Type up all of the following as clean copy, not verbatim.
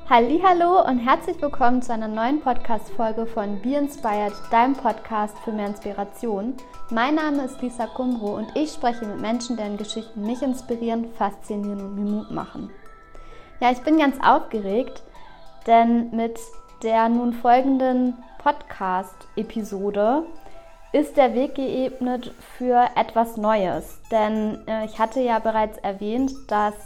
Hallihallo und herzlich willkommen zu einer neuen Podcast-Folge von Be Inspired, deinem Podcast für mehr Inspiration. Mein Name ist Lisa Kumro und ich spreche mit Menschen, deren Geschichten mich inspirieren, faszinieren und mir Mut machen. Ja, ich bin ganz aufgeregt, denn mit der nun folgenden Podcast-Episode ist der Weg geebnet für etwas Neues. Denn ich hatte ja bereits erwähnt, dass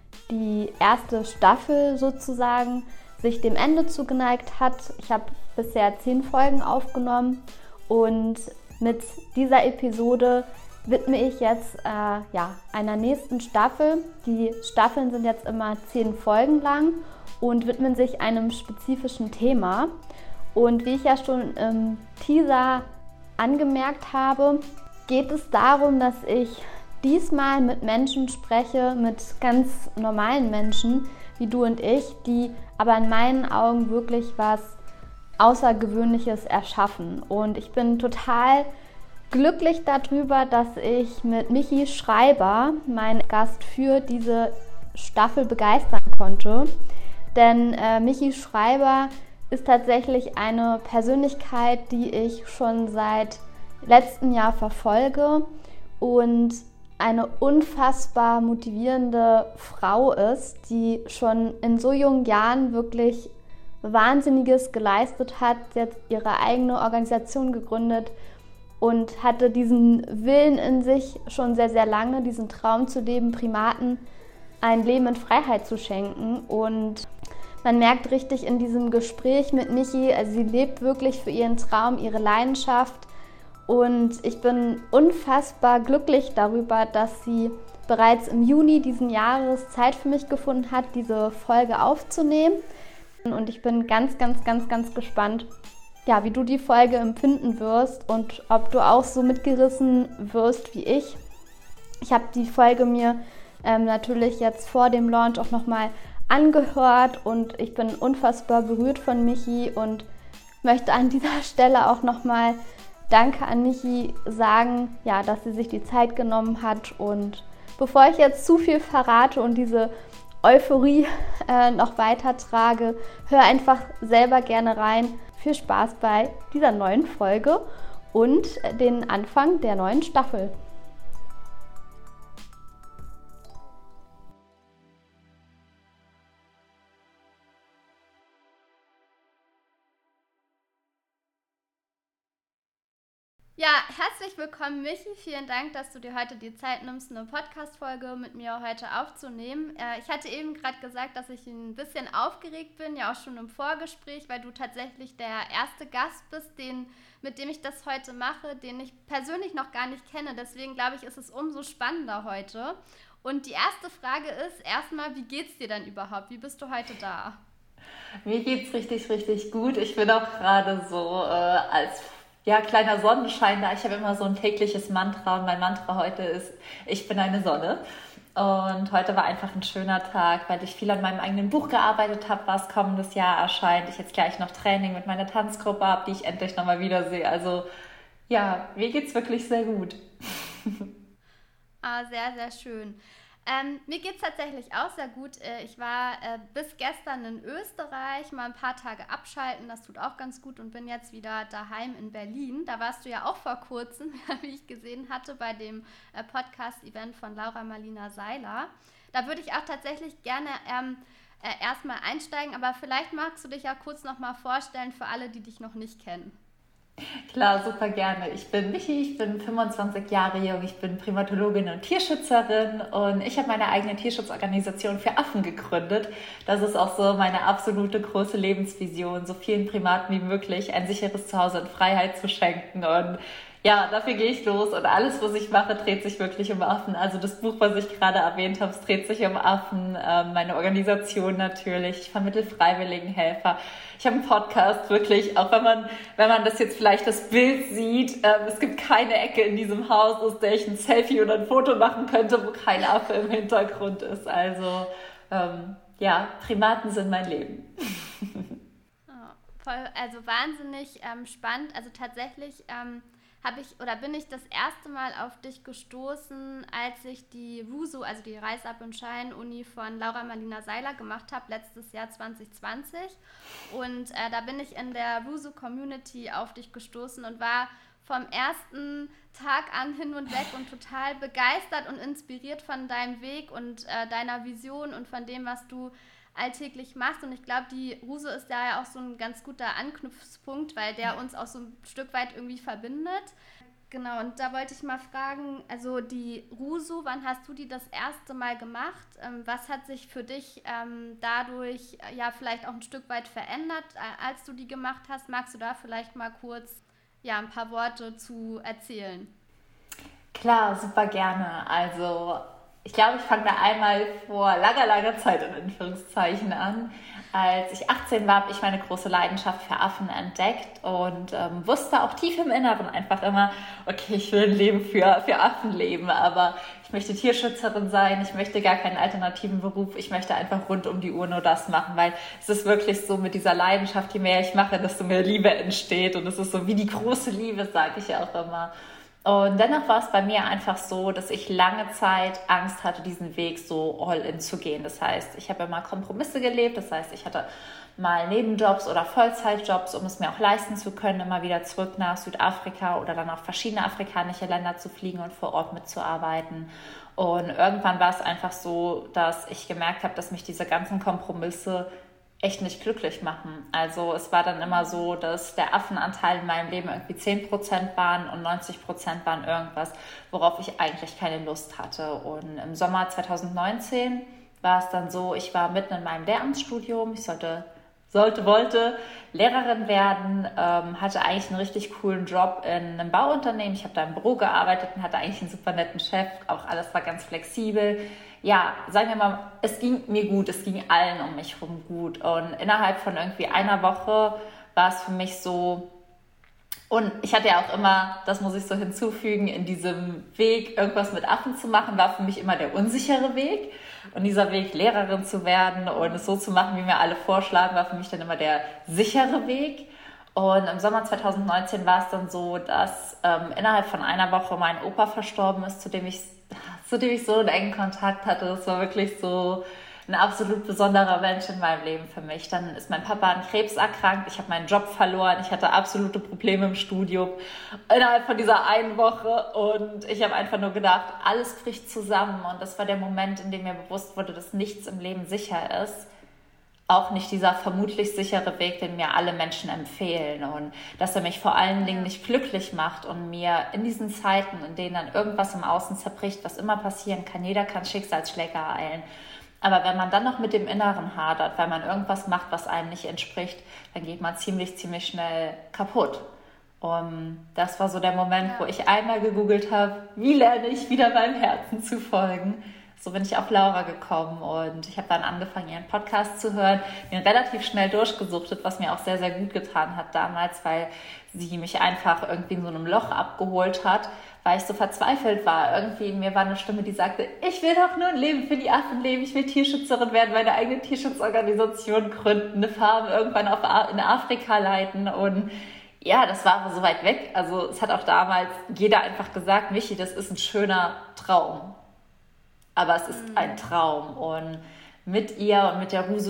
die erste Staffel sozusagen sich dem Ende zugeneigt hat. Ich habe bisher 10 Folgen aufgenommen und mit dieser Episode widme ich jetzt einer nächsten Staffel. Die Staffeln sind jetzt immer 10 Folgen lang und widmen sich einem spezifischen Thema. Und wie ich ja schon im Teaser angemerkt habe, geht es darum, dass ich diesmal mit Menschen spreche, mit ganz normalen Menschen wie du und ich, die aber in meinen Augen wirklich was Außergewöhnliches erschaffen. Und ich bin total glücklich darüber, dass ich mit Michi Schreiber, meinen Gast für diese Staffel, begeistern konnte. Denn Michi Schreiber ist tatsächlich eine Persönlichkeit, die ich schon seit letztem Jahr verfolge und eine unfassbar motivierende Frau ist, die schon in so jungen Jahren wirklich Wahnsinniges geleistet hat. Sie hat ihre eigene Organisation gegründet und hatte diesen Willen in sich schon sehr, sehr lange, diesen Traum zu leben, Primaten ein Leben in Freiheit zu schenken. Und man merkt richtig in diesem Gespräch mit Michi, also sie lebt wirklich für ihren Traum, ihre Leidenschaft. Und ich bin unfassbar glücklich darüber, dass sie bereits im Juni diesen Jahres Zeit für mich gefunden hat, diese Folge aufzunehmen. Und ich bin ganz gespannt, ja, wie du die Folge empfinden wirst und ob du auch so mitgerissen wirst wie ich. Ich habe die Folge mir natürlich jetzt vor dem Launch auch nochmal angehört und ich bin unfassbar berührt von Michi und möchte an dieser Stelle auch nochmal Danke an Michi sagen, ja, dass sie sich die Zeit genommen hat. Und bevor ich jetzt zu viel verrate und diese Euphorie noch weiter trage, hör einfach selber gerne rein. Viel Spaß bei dieser neuen Folge und den Anfang der neuen Staffel. Ja, herzlich willkommen, Michi. Vielen Dank, dass du dir heute die Zeit nimmst, eine Podcast-Folge mit mir heute aufzunehmen. Ich hatte eben gerade gesagt, dass ich ein bisschen aufgeregt bin, ja auch schon im Vorgespräch, weil du tatsächlich der erste Gast bist, mit dem ich das heute mache, den ich persönlich noch gar nicht kenne. Deswegen glaube ich, ist es umso spannender heute. Und die erste Frage ist erstmal, wie geht's dir denn überhaupt? Wie bist du heute da? Mir geht's richtig gut. Ich bin auch gerade so als kleiner Sonnenschein da. Ich habe immer so ein tägliches Mantra und mein Mantra heute ist, ich bin eine Sonne. Und heute war einfach ein schöner Tag, weil ich viel an meinem eigenen Buch gearbeitet habe, was kommendes Jahr erscheint. Ich jetzt gleich noch Training mit meiner Tanzgruppe habe, die ich endlich nochmal wiedersehe. Also ja, mir geht's wirklich sehr gut. Sehr, sehr schön. Mir geht es tatsächlich auch sehr gut. Ich war bis gestern in Österreich, mal ein paar Tage abschalten, das tut auch ganz gut und bin jetzt wieder daheim in Berlin. Da warst du ja auch vor kurzem, wie ich gesehen hatte, bei dem Podcast-Event von Laura Marlina Seiler. Da würde ich auch tatsächlich gerne erstmal einsteigen, aber vielleicht magst du dich ja kurz nochmal vorstellen für alle, die dich noch nicht kennen. Klar, super gerne. Ich bin Michi, ich bin 25 Jahre jung, ich bin Primatologin und Tierschützerin und ich habe meine eigene Tierschutzorganisation für Affen gegründet. Das ist auch so meine absolute große Lebensvision, so vielen Primaten wie möglich ein sicheres Zuhause und Freiheit zu schenken. Und ja, dafür gehe ich los und alles, was ich mache, dreht sich wirklich um Affen. Also das Buch, was ich gerade erwähnt habe, es dreht sich um Affen, meine Organisation natürlich, ich vermittle Freiwilligenhelfer. Ich habe einen Podcast, wirklich, auch wenn man das jetzt vielleicht das Bild sieht, es gibt keine Ecke in diesem Haus, aus der ich ein Selfie oder ein Foto machen könnte, wo kein Affe im Hintergrund ist. Also Primaten sind mein Leben. Also wahnsinnig spannend. Also tatsächlich bin ich das erste Mal auf dich gestoßen, als ich die RUSU, also die Rise Up and Shine Uni von Laura Marlina Seiler gemacht habe, letztes Jahr 2020. Und da bin ich in der RUSU Community auf dich gestoßen und war vom ersten Tag an hin und weg und total begeistert und inspiriert von deinem Weg und deiner Vision und von dem, was du alltäglich machst. Und ich glaube, die RUSU ist da ja auch so ein ganz guter Anknüpfungspunkt, weil der uns auch so ein Stück weit irgendwie verbindet. Genau, und da wollte ich mal fragen, also die RUSU, wann hast du die das erste Mal gemacht? Was hat sich für dich dadurch ja vielleicht auch ein Stück weit verändert, als du die gemacht hast? Magst du da vielleicht mal kurz ein paar Worte zu erzählen? Klar, super gerne. Also ich glaube, ich fange da einmal vor langer Zeit in Anführungszeichen an. Als ich 18 war, habe ich meine große Leidenschaft für Affen entdeckt und wusste auch tief im Inneren einfach immer, okay, ich will ein Leben für Affen leben, aber ich möchte Tierschützerin sein, ich möchte gar keinen alternativen Beruf, ich möchte einfach rund um die Uhr nur das machen, weil es ist wirklich so mit dieser Leidenschaft, je mehr ich mache, desto mehr Liebe entsteht und es ist so wie die große Liebe, sage ich ja auch immer. Und dennoch war es bei mir einfach so, dass ich lange Zeit Angst hatte, diesen Weg so all in zu gehen. Das heißt, ich habe immer Kompromisse gelebt. Das heißt, ich hatte mal Nebenjobs oder Vollzeitjobs, um es mir auch leisten zu können, immer wieder zurück nach Südafrika oder dann auf verschiedene afrikanische Länder zu fliegen und vor Ort mitzuarbeiten. Und irgendwann war es einfach so, dass ich gemerkt habe, dass mich diese ganzen Kompromisse echt nicht glücklich machen. Also es war dann immer so, dass der Affenanteil in meinem Leben irgendwie 10% waren und 90% waren irgendwas, worauf ich eigentlich keine Lust hatte. Und im Sommer 2019 war es dann so, ich war mitten in meinem Lehramtsstudium, ich wollte Lehrerin werden, hatte eigentlich einen richtig coolen Job in einem Bauunternehmen. Ich habe da im Büro gearbeitet und hatte eigentlich einen super netten Chef, auch alles war ganz flexibel. Ja, sagen wir mal, es ging mir gut, es ging allen um mich herum gut. Und innerhalb von irgendwie einer Woche war es für mich so, und ich hatte ja auch immer, das muss ich so hinzufügen, in diesem Weg, irgendwas mit Affen zu machen, war für mich immer der unsichere Weg. Und dieser Weg, Lehrerin zu werden und es so zu machen, wie mir alle vorschlagen, war für mich dann immer der sichere Weg. Und im Sommer 2019 war es dann so, dass innerhalb von einer Woche mein Opa verstorben ist, zu dem ich so einen engen Kontakt hatte. Das war wirklich so ein absolut besonderer Mensch in meinem Leben für mich. Dann ist mein Papa an Krebs erkrankt, ich habe meinen Job verloren, ich hatte absolute Probleme im Studium innerhalb von dieser einen Woche und ich habe einfach nur gedacht, alles bricht zusammen und das war der Moment, in dem mir bewusst wurde, dass nichts im Leben sicher ist. Auch nicht dieser vermutlich sichere Weg, den mir alle Menschen empfehlen und dass er mich vor allen Dingen nicht glücklich macht und mir in diesen Zeiten, in denen dann irgendwas im Außen zerbricht, was immer passieren kann, jeder kann Schicksalsschläge ereilen. Aber wenn man dann noch mit dem Inneren hadert, weil man irgendwas macht, was einem nicht entspricht, dann geht man ziemlich schnell kaputt. Und das war so der Moment, wo ich einmal gegoogelt habe, wie lerne ich wieder meinem Herzen zu folgen. So bin ich auf Laura gekommen und ich habe dann angefangen, ihren Podcast zu hören, den relativ schnell durchgesuchtet, was mir auch sehr gut getan hat damals, weil sie mich einfach irgendwie in so einem Loch abgeholt hat, weil ich so verzweifelt war. Irgendwie in mir war eine Stimme, die sagte, ich will doch nur ein Leben für die Affen leben, ich will Tierschützerin werden, meine eigene Tierschutzorganisation gründen, eine Farm irgendwann in Afrika leiten und ja, das war aber so weit weg. Also es hat auch damals jeder einfach gesagt, Michi, das ist ein schöner Traum. Aber es ist ein Traum. Und mit ihr und mit der RUSU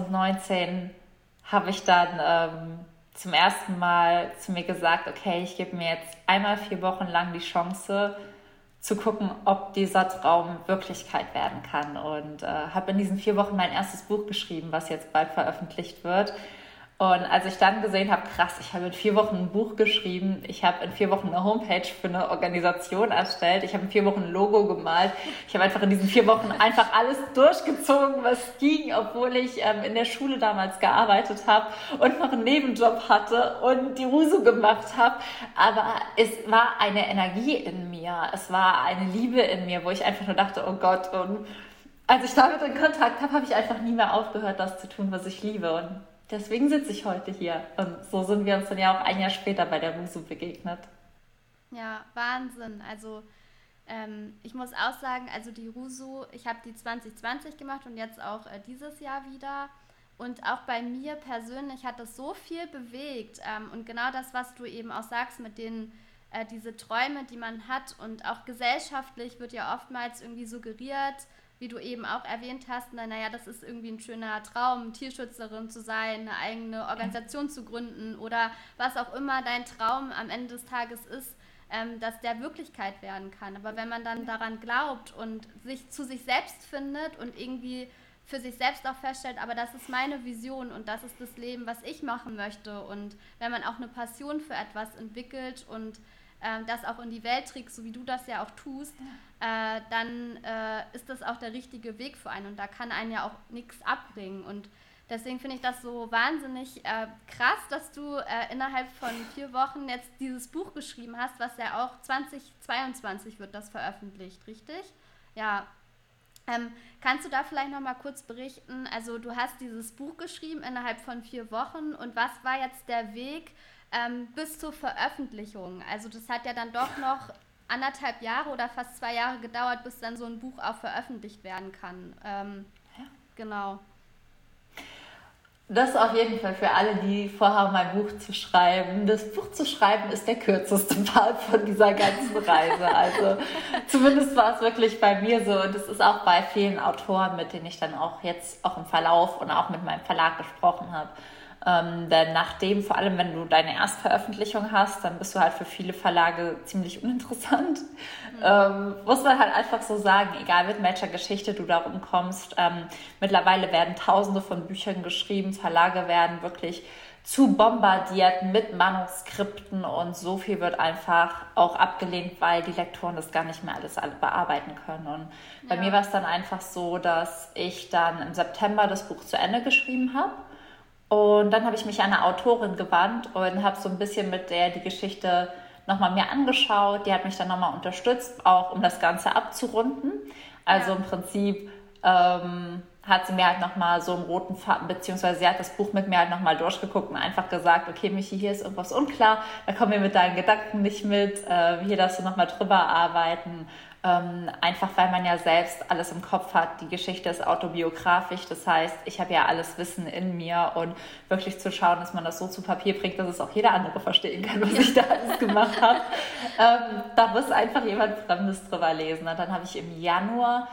2019 habe ich dann zum ersten Mal zu mir gesagt, okay, ich gebe mir jetzt einmal 4 Wochen lang die Chance zu gucken, ob dieser Traum Wirklichkeit werden kann. Und habe in diesen 4 Wochen mein erstes Buch geschrieben, was jetzt bald veröffentlicht wird. Und als ich dann gesehen habe, krass, ich habe in 4 Wochen ein Buch geschrieben, ich habe in 4 Wochen eine Homepage für eine Organisation erstellt, ich habe in 4 Wochen ein Logo gemalt, ich habe einfach in diesen 4 Wochen einfach alles durchgezogen, was ging, obwohl ich in der Schule damals gearbeitet habe und noch einen Nebenjob hatte und die RUSU gemacht habe. Aber es war eine Energie in mir, es war eine Liebe in mir, wo ich einfach nur dachte, oh Gott, und als ich damit in Kontakt habe, habe ich einfach nie mehr aufgehört, das zu tun, was ich liebe. Und deswegen sitze ich heute hier. Und so sind wir uns dann ja auch ein Jahr später bei der RUSU begegnet. Ja, Wahnsinn. Also ich muss auch sagen, also die RUSU, ich habe die 2020 gemacht und jetzt auch dieses Jahr wieder. Und auch bei mir persönlich hat das so viel bewegt. Und genau das, was du eben auch sagst mit den diese Träume, die man hat, und auch gesellschaftlich wird ja oftmals irgendwie suggeriert, wie du eben auch erwähnt hast, naja, das ist irgendwie ein schöner Traum, Tierschützerin zu sein, eine eigene Organisation zu gründen oder was auch immer dein Traum am Ende des Tages ist, dass der Wirklichkeit werden kann. Aber wenn man dann daran glaubt und sich zu sich selbst findet und irgendwie für sich selbst auch feststellt, aber das ist meine Vision und das ist das Leben, was ich machen möchte, und wenn man auch eine Passion für etwas entwickelt und das auch in die Welt trägst, so wie du das ja auch tust, dann ist das auch der richtige Weg für einen, und da kann einen ja auch nichts abbringen. Und deswegen finde ich das so wahnsinnig krass, dass du innerhalb von 4 Wochen jetzt dieses Buch geschrieben hast, was ja auch 2022 wird das veröffentlicht, richtig? Ja. Kannst du da vielleicht noch mal kurz berichten, also du hast dieses Buch geschrieben innerhalb von 4 Wochen, und was war jetzt der Weg bis zur Veröffentlichung? Also das hat ja dann doch noch 1,5 Jahre oder fast 2 Jahre gedauert, bis dann so ein Buch auch veröffentlicht werden kann. Genau. Das auf jeden Fall für alle, die vorhaben, ein Buch zu schreiben. Das Buch zu schreiben ist der kürzeste Part von dieser ganzen Reise. Also zumindest war es wirklich bei mir so. Und es ist auch bei vielen Autoren, mit denen ich dann auch jetzt auch im Verlauf und auch mit meinem Verlag gesprochen habe. Denn nachdem, vor allem wenn du deine Erstveröffentlichung hast, dann bist du halt für viele Verlage ziemlich uninteressant. Muss man halt einfach so sagen, egal mit welcher Geschichte du darum kommst. Mittlerweile werden Tausende von Büchern geschrieben, Verlage werden wirklich zu bombardiert mit Manuskripten, und so viel wird einfach auch abgelehnt, weil die Lektoren das gar nicht mehr alles bearbeiten können. Und bei mir war es dann einfach so, dass ich dann im September das Buch zu Ende geschrieben habe. Und dann habe ich mich an eine Autorin gewandt und habe so ein bisschen mit der die Geschichte nochmal mir angeschaut. Die hat mich dann nochmal unterstützt, auch um das Ganze abzurunden. Also im Prinzip hat sie mir halt nochmal so einen roten Faden, beziehungsweise sie hat das Buch mit mir halt nochmal durchgeguckt und einfach gesagt, okay, Michi, hier ist irgendwas unklar, da kommen wir mit deinen Gedanken nicht mit, hier darfst du nochmal drüber arbeiten. Einfach weil man ja selbst alles im Kopf hat. Die Geschichte ist autobiografisch, das heißt, ich habe ja alles Wissen in mir, und wirklich zu schauen, dass man das so zu Papier bringt, dass es auch jeder andere verstehen kann, was ich da alles gemacht habe. Da muss einfach jemand Fremdes drüber lesen. Und dann habe ich im Januar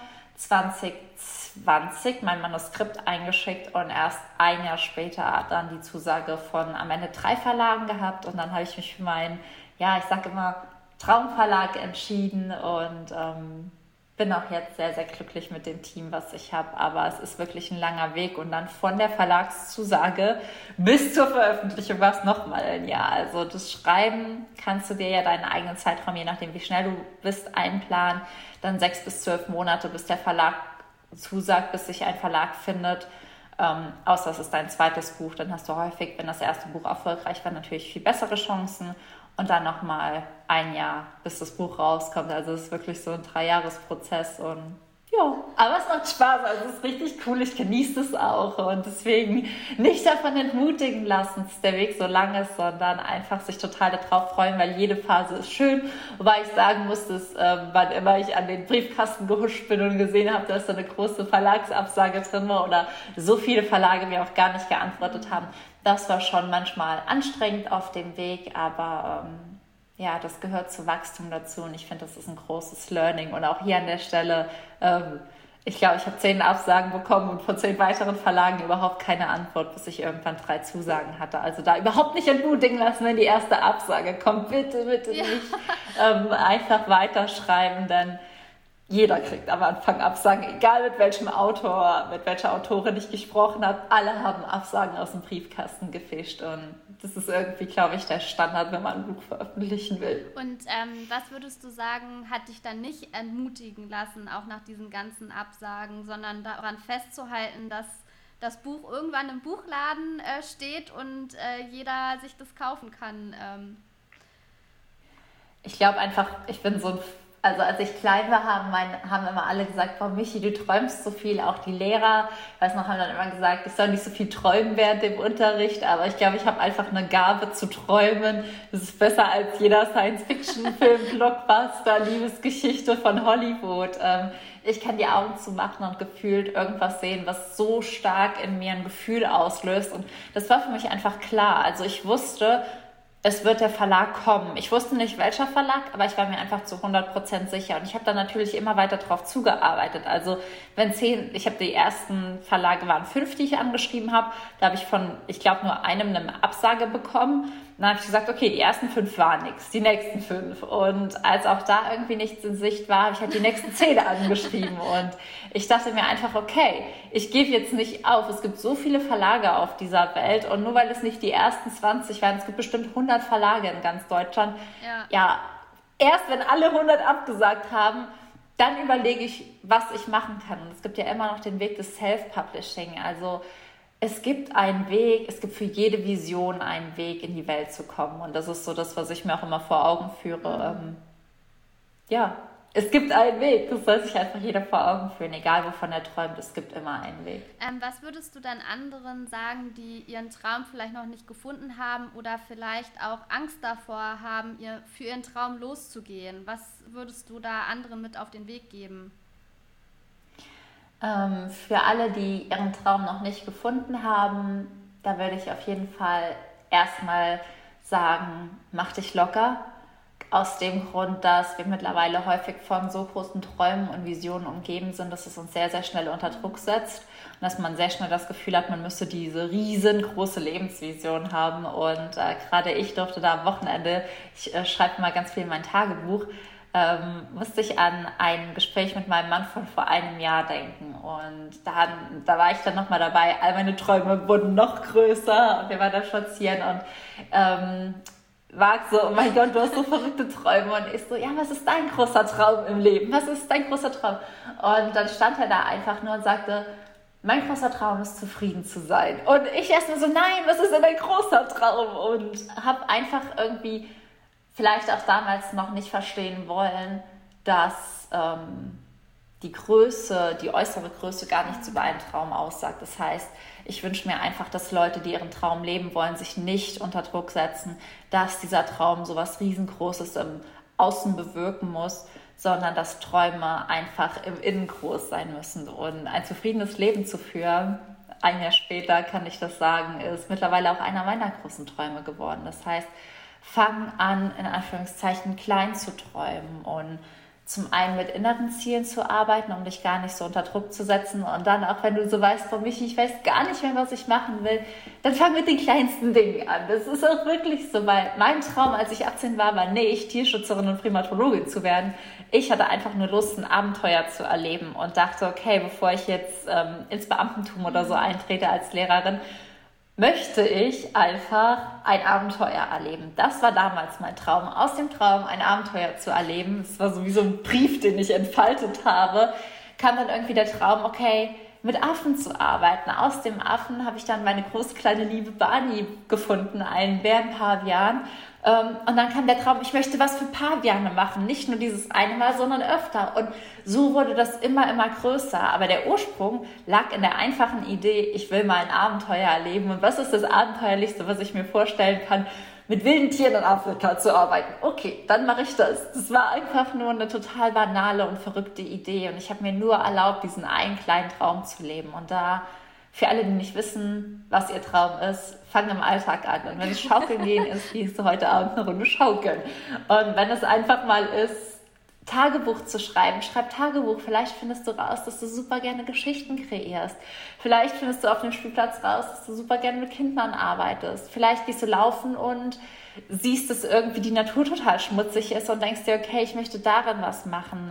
2020 mein Manuskript eingeschickt und erst ein Jahr später dann die Zusage von am Ende 3 Verlagen gehabt, und dann habe ich mich für meinen, ja, ich sage immer, Traumverlag entschieden und bin auch jetzt sehr, sehr glücklich mit dem Team, was ich habe. Aber es ist wirklich ein langer Weg, und dann von der Verlagszusage bis zur Veröffentlichung war es nochmal ein Jahr. Also das Schreiben kannst du dir ja deinen eigenen Zeitraum, je nachdem wie schnell du bist, einplanen. Dann 6 bis 12 Monate, bis der Verlag zusagt, bis sich ein Verlag findet. Außer es ist dein zweites Buch, dann hast du häufig, wenn das erste Buch erfolgreich war, natürlich viel bessere Chancen. Und dann nochmal ein Jahr, bis das Buch rauskommt. Also es ist wirklich so ein 3-Jahres-Prozess, und ja, aber es macht Spaß, also es ist richtig cool, ich genieße es auch, und deswegen nicht davon entmutigen lassen, dass der Weg so lang ist, sondern einfach sich total darauf freuen, weil jede Phase ist schön. Wobei ich sagen muss, dass wann immer ich an den Briefkasten gehuscht bin und gesehen habe, dass da eine große Verlagsabsage drin war oder so viele Verlage mir auch gar nicht geantwortet haben, das war schon manchmal anstrengend auf dem Weg, aber ja, das gehört zu Wachstum dazu, und ich finde, das ist ein großes Learning. Und auch hier an der Stelle, ich glaube, ich habe 10 Absagen bekommen und von 10 weiteren Verlagen überhaupt keine Antwort, bis ich irgendwann 3 Zusagen hatte. Also da überhaupt nicht entmutigen lassen, wenn die erste Absage kommt. Bitte, bitte nicht. Einfach weiterschreiben, denn jeder kriegt am Anfang Absagen, egal mit welchem Autor, mit welcher Autorin ich gesprochen habe. Alle haben Absagen aus dem Briefkasten gefischt, und das ist irgendwie, glaube ich, der Standard, wenn man ein Buch veröffentlichen will. Und was würdest du sagen, hat dich dann nicht entmutigen lassen, auch nach diesen ganzen Absagen, sondern daran festzuhalten, dass das Buch irgendwann im Buchladen steht und jeder sich das kaufen kann? Ich glaube einfach, ich bin so ein... Also als ich klein war, haben immer alle gesagt, boah Michi, du träumst so viel, auch die Lehrer, weiß noch, haben dann immer gesagt, ich soll nicht so viel träumen während dem Unterricht, aber ich glaube, ich habe einfach eine Gabe zu träumen. Das ist besser als jeder Science-Fiction-Film, Blockbuster, Liebesgeschichte von Hollywood. Ich kann die Augen zumachen und gefühlt irgendwas sehen, was so stark in mir ein Gefühl auslöst, und das war für mich einfach klar. Also ich wusste, es wird der Verlag kommen. Ich wusste nicht, welcher Verlag, aber ich war mir einfach zu 100% sicher. Und ich habe dann natürlich immer weiter darauf zugearbeitet. Also ich habe die ersten Verlage, waren 5, die ich angeschrieben habe. Da habe ich von, ich glaube, nur einem eine Absage bekommen. Dann habe ich gesagt, okay, die ersten 5 waren nichts, die nächsten 5. Und als auch da irgendwie nichts in Sicht war, habe ich halt die nächsten 10 angeschrieben. Und ich dachte mir einfach, okay, ich gebe jetzt nicht auf. Es gibt so viele Verlage auf dieser Welt. Und nur weil es nicht die ersten 20 waren, es gibt bestimmt 100 Verlage in ganz Deutschland. Ja, erst wenn alle 100 abgesagt haben, dann überlege ich, was ich machen kann. Und es gibt ja immer noch den Weg des Self-Publishing. Also es gibt einen Weg, es gibt für jede Vision einen Weg, in die Welt zu kommen. Und das ist so das, was ich mir auch immer vor Augen führe. Ja, es gibt einen Weg. Das soll sich einfach jeder vor Augen führen, egal wovon er träumt. Es gibt immer einen Weg. Was würdest du dann anderen sagen, die ihren Traum vielleicht noch nicht gefunden haben oder vielleicht auch Angst davor haben, für ihren Traum loszugehen? Was würdest du da anderen mit auf den Weg geben? Für alle, die ihren Traum noch nicht gefunden haben, da würde ich auf jeden Fall erstmal sagen, mach dich locker. Aus dem Grund, dass wir mittlerweile häufig von so großen Träumen und Visionen umgeben sind, dass es uns sehr, sehr schnell unter Druck setzt und dass man sehr schnell das Gefühl hat, man müsste diese riesengroße Lebensvision haben. Und gerade ich durfte da am Wochenende, ich schreibe mal ganz viel in mein Tagebuch, musste ich an ein Gespräch mit meinem Mann von vor einem Jahr denken. Und da war ich dann nochmal dabei. All meine Träume wurden noch größer und wir waren da spazieren und war so, oh mein Gott, du hast so verrückte Träume. Und ich so, ja, was ist dein großer Traum im Leben? Was ist dein großer Traum? Und dann stand er da einfach nur und sagte, mein großer Traum ist, zufrieden zu sein. Und ich erstmal so, nein, was ist denn dein großer Traum? Und habe einfach irgendwie vielleicht auch damals noch nicht verstehen wollen, dass die Größe, die äußere Größe gar nichts über einen Traum aussagt. Das heißt, ich wünsche mir einfach, dass Leute, die ihren Traum leben wollen, sich nicht unter Druck setzen, dass dieser Traum so was Riesengroßes im Außen bewirken muss, sondern dass Träume einfach im Innen groß sein müssen. Und ein zufriedenes Leben zu führen, ein Jahr später kann ich das sagen, ist mittlerweile auch einer meiner großen Träume geworden. Das heißt, fang an, in Anführungszeichen, klein zu träumen und zum einen mit inneren Zielen zu arbeiten, um dich gar nicht so unter Druck zu setzen. Und dann auch, wenn du so weißt, Frau Michi, ich weiß gar nicht mehr, was ich machen will, dann fang mit den kleinsten Dingen an. Das ist auch wirklich so, weil mein Traum, als ich 18 war nicht, Tierschützerin und Primatologin zu werden. Ich hatte einfach nur Lust, ein Abenteuer zu erleben und dachte, okay, bevor ich jetzt ins Beamtentum oder so eintrete als Lehrerin, möchte ich einfach ein Abenteuer erleben. Das war damals mein Traum. Aus dem Traum ein Abenteuer zu erleben, das war so wie so ein Brief, den ich entfaltet habe, kam dann irgendwie der Traum, okay, mit Affen zu arbeiten. Aus dem Affen habe ich dann meine große kleine Liebe Barney gefunden, einen Bärenpavian. Und dann kam der Traum, ich möchte was für Paviane machen. Nicht nur dieses eine Mal, sondern öfter. Und so wurde das immer, immer größer. Aber der Ursprung lag in der einfachen Idee, ich will mal ein Abenteuer erleben. Und was ist das Abenteuerlichste, was ich mir vorstellen kann? Mit wilden Tieren in Afrika zu arbeiten. Okay, dann mache ich das. Das war einfach nur eine total banale und verrückte Idee. Und ich habe mir nur erlaubt, diesen einen kleinen Traum zu leben. Und da, für alle, die nicht wissen, was ihr Traum ist, fang im Alltag an. Und wenn es Schaukeln gehen ist, gehst du heute Abend eine Runde schaukeln. Und wenn es einfach mal ist, Tagebuch zu schreiben, schreib Tagebuch. Vielleicht findest du raus, dass du super gerne Geschichten kreierst. Vielleicht findest du auf dem Spielplatz raus, dass du super gerne mit Kindern arbeitest. Vielleicht gehst du laufen und siehst, dass irgendwie die Natur total schmutzig ist und denkst dir, okay, ich möchte darin was machen.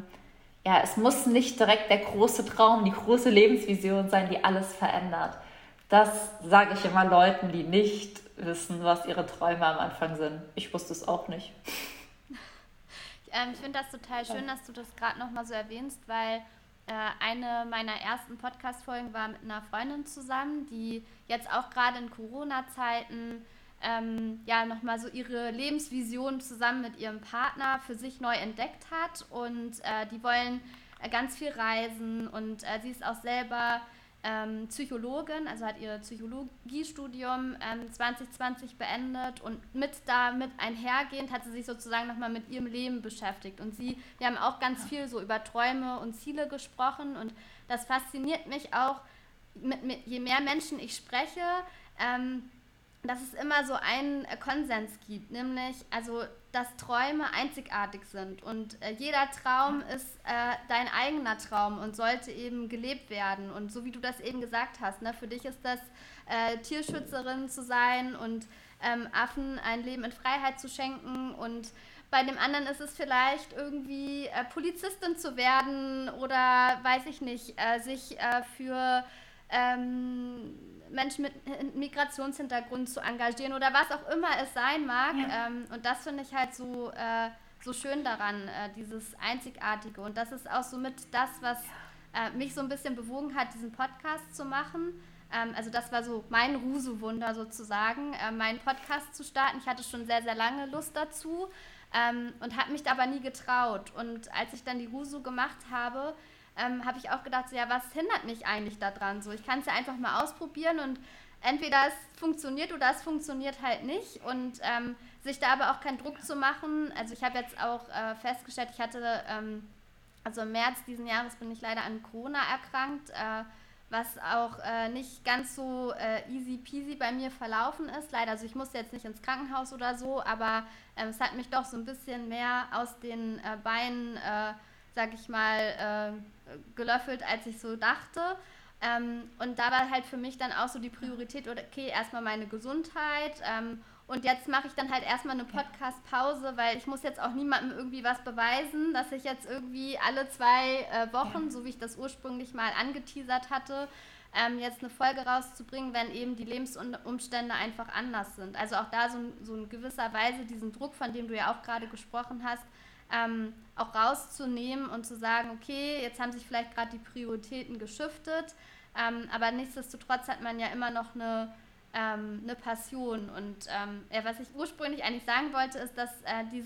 Ja, es muss nicht direkt der große Traum, die große Lebensvision sein, die alles verändert. Das sage ich immer Leuten, die nicht wissen, was ihre Träume am Anfang sind. Ich wusste es auch nicht. Ich finde das total schön, dass du das gerade nochmal so erwähnst, weil eine meiner ersten Podcast-Folgen war mit einer Freundin zusammen, die jetzt auch gerade in Corona-Zeiten nochmal so ihre Lebensvision zusammen mit ihrem Partner für sich neu entdeckt hat und die wollen ganz viel reisen und sie ist auch selber Psychologin, also hat ihr Psychologiestudium 2020 beendet und damit einhergehend hat sie sich sozusagen nochmal mit ihrem Leben beschäftigt und wir haben auch ganz viel so über Träume und Ziele gesprochen und das fasziniert mich auch, je mehr Menschen ich spreche, dass es immer so einen Konsens gibt, nämlich also, dass Träume einzigartig sind und jeder Traum ist dein eigener Traum und sollte eben gelebt werden. Und so wie du das eben gesagt hast, ne, für dich ist das Tierschützerin zu sein und Affen ein Leben in Freiheit zu schenken, und bei dem anderen ist es vielleicht irgendwie Polizistin zu werden oder weiß ich nicht, sich für Menschen mit Migrationshintergrund zu engagieren oder was auch immer es sein mag. Ja. Und das finde ich halt so schön daran, dieses Einzigartige. Und das ist auch somit das, was mich so ein bisschen bewogen hat, diesen Podcast zu machen. Also das war so mein Rusu-Wunder sozusagen, meinen Podcast zu starten. Ich hatte schon sehr, sehr lange Lust dazu und habe mich aber nie getraut. Und als ich dann die Rusu gemacht habe, habe ich auch gedacht, so, ja, was hindert mich eigentlich daran? So, ich kann es ja einfach mal ausprobieren und entweder es funktioniert oder es funktioniert halt nicht, und sich da aber auch keinen Druck zu machen. Also ich habe jetzt auch festgestellt, ich hatte, also im März diesen Jahres bin ich leider an Corona erkrankt, was auch nicht ganz so easy peasy bei mir verlaufen ist. Leider, also ich musste jetzt nicht ins Krankenhaus oder so, aber es hat mich doch so ein bisschen mehr aus den Beinen sag ich mal, gelöffelt, als ich so dachte. Und da war halt für mich dann auch so die Priorität, okay, erstmal meine Gesundheit. Und jetzt mache ich dann halt erstmal eine Podcast-Pause, weil ich muss jetzt auch niemandem irgendwie was beweisen, dass ich jetzt irgendwie alle 2 Wochen, so wie ich das ursprünglich mal angeteasert hatte, jetzt eine Folge rauszubringen, wenn eben die Lebensumstände einfach anders sind. Also auch da so in gewisser Weise diesen Druck, von dem du ja auch gerade gesprochen hast, auch rauszunehmen und zu sagen, okay, jetzt haben sich vielleicht gerade die Prioritäten geschiftet, aber nichtsdestotrotz hat man ja immer noch eine Passion. Und was ich ursprünglich eigentlich sagen wollte, ist, dass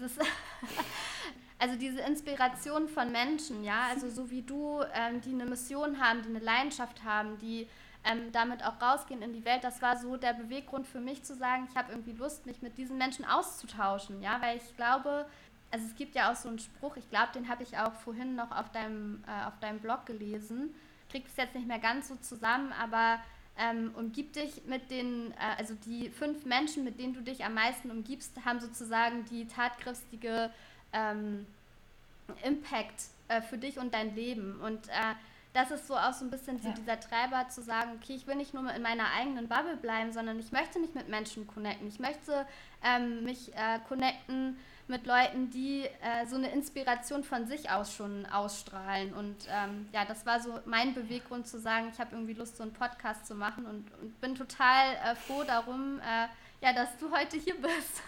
also diese Inspiration von Menschen, ja, also so wie du, die eine Mission haben, die eine Leidenschaft haben, die damit auch rausgehen in die Welt, das war so der Beweggrund für mich zu sagen, ich habe irgendwie Lust, mich mit diesen Menschen auszutauschen, ja, weil ich glaube, also es gibt ja auch so einen Spruch, ich glaube, den habe ich auch vorhin noch auf deinem Blog gelesen. Ich kriege das jetzt nicht mehr ganz so zusammen, aber umgib dich mit den, also die 5 Menschen, mit denen du dich am meisten umgibst, haben sozusagen die tatkräftige Impact für dich und dein Leben. Und das ist so auch so ein bisschen so dieser Treiber zu sagen, okay, ich will nicht nur in meiner eigenen Bubble bleiben, sondern ich möchte mich mit Menschen connecten. Ich möchte mich connecten mit Leuten, die so eine Inspiration von sich aus schon ausstrahlen. Und das war so mein Beweggrund zu sagen, ich habe irgendwie Lust, so einen Podcast zu machen, und bin total froh darum, dass du heute hier bist.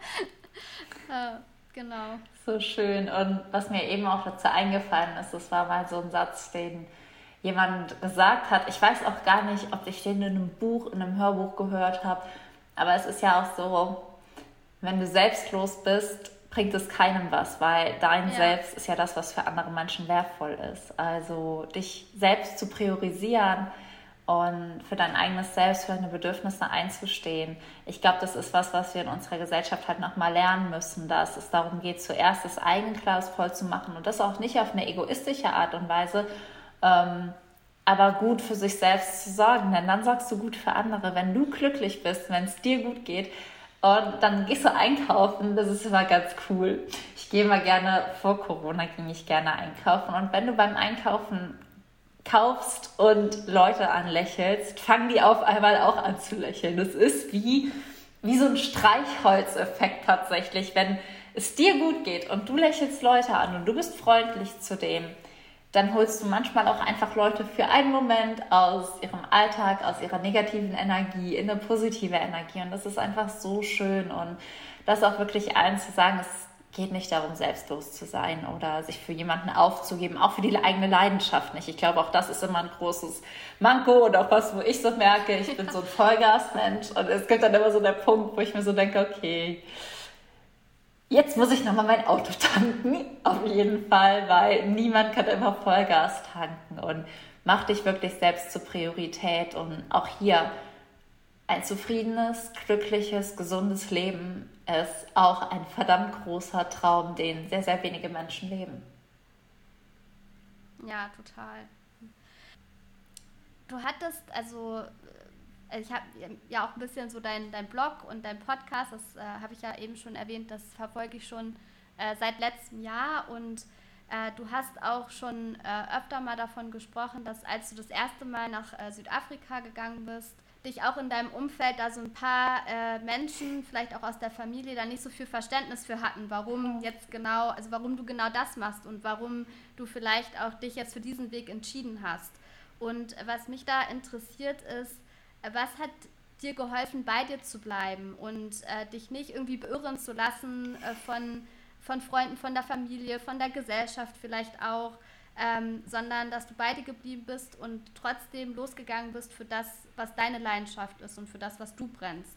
Genau. So schön. Und was mir eben auch dazu eingefallen ist, das war mal so ein Satz, den jemand gesagt hat. Ich weiß auch gar nicht, ob ich den in einem Buch, in einem Hörbuch gehört habe, aber es ist ja auch so, wenn du selbstlos bist, bringt es keinem was, weil dein Selbst ist ja das, was für andere Menschen wertvoll ist. Also dich selbst zu priorisieren und für dein eigenes Selbst, für deine Bedürfnisse einzustehen. Ich glaube, das ist was wir in unserer Gesellschaft halt nochmal lernen müssen, dass es darum geht, zuerst das Eigenglas voll zu machen, und das auch nicht auf eine egoistische Art und Weise, aber gut für sich selbst zu sorgen, denn dann sorgst du gut für andere. Wenn du glücklich bist, wenn es dir gut geht, und dann gehst du einkaufen, das ist immer ganz cool. Ich gehe mal gerne, vor Corona ging ich gerne einkaufen, und wenn du beim Einkaufen kaufst und Leute anlächelst, fangen die auf einmal auch an zu lächeln. Das ist wie so ein Streichholzeffekt tatsächlich. Wenn es dir gut geht und du lächelst Leute an und du bist freundlich zu dem, dann holst du manchmal auch einfach Leute für einen Moment aus ihrem Alltag, aus ihrer negativen Energie in eine positive Energie. Und das ist einfach so schön. Und das auch wirklich allen zu sagen, es geht nicht darum, selbstlos zu sein oder sich für jemanden aufzugeben, auch für die eigene Leidenschaft nicht. Ich glaube, auch das ist immer ein großes Manko und auch was, wo ich so merke, ich bin so ein Vollgasmensch. Und es gibt dann immer so der Punkt, wo ich mir so denke, okay, jetzt muss ich nochmal mein Auto tanken, auf jeden Fall, weil niemand kann immer Vollgas tanken, und mach dich wirklich selbst zur Priorität. Und auch hier ein zufriedenes, glückliches, gesundes Leben ist auch ein verdammt großer Traum, den sehr, sehr wenige Menschen leben. Ja, total. Du hattest, also ich habe ja auch ein bisschen so dein Blog und dein Podcast, das habe ich ja eben schon erwähnt, das verfolge ich schon seit letztem Jahr und du hast auch schon öfter mal davon gesprochen, dass als du das erste Mal nach Südafrika gegangen bist, dich auch in deinem Umfeld da so ein paar Menschen, vielleicht auch aus der Familie, da nicht so viel Verständnis für hatten, warum jetzt genau, also warum du genau das machst und warum du vielleicht auch dich jetzt für diesen Weg entschieden hast. Und was mich da interessiert ist, was hat dir geholfen, bei dir zu bleiben und dich nicht irgendwie beirren zu lassen von Freunden, von der Familie, von der Gesellschaft vielleicht auch, sondern dass du bei dir geblieben bist und trotzdem losgegangen bist für das, was deine Leidenschaft ist und für das, was du brennst?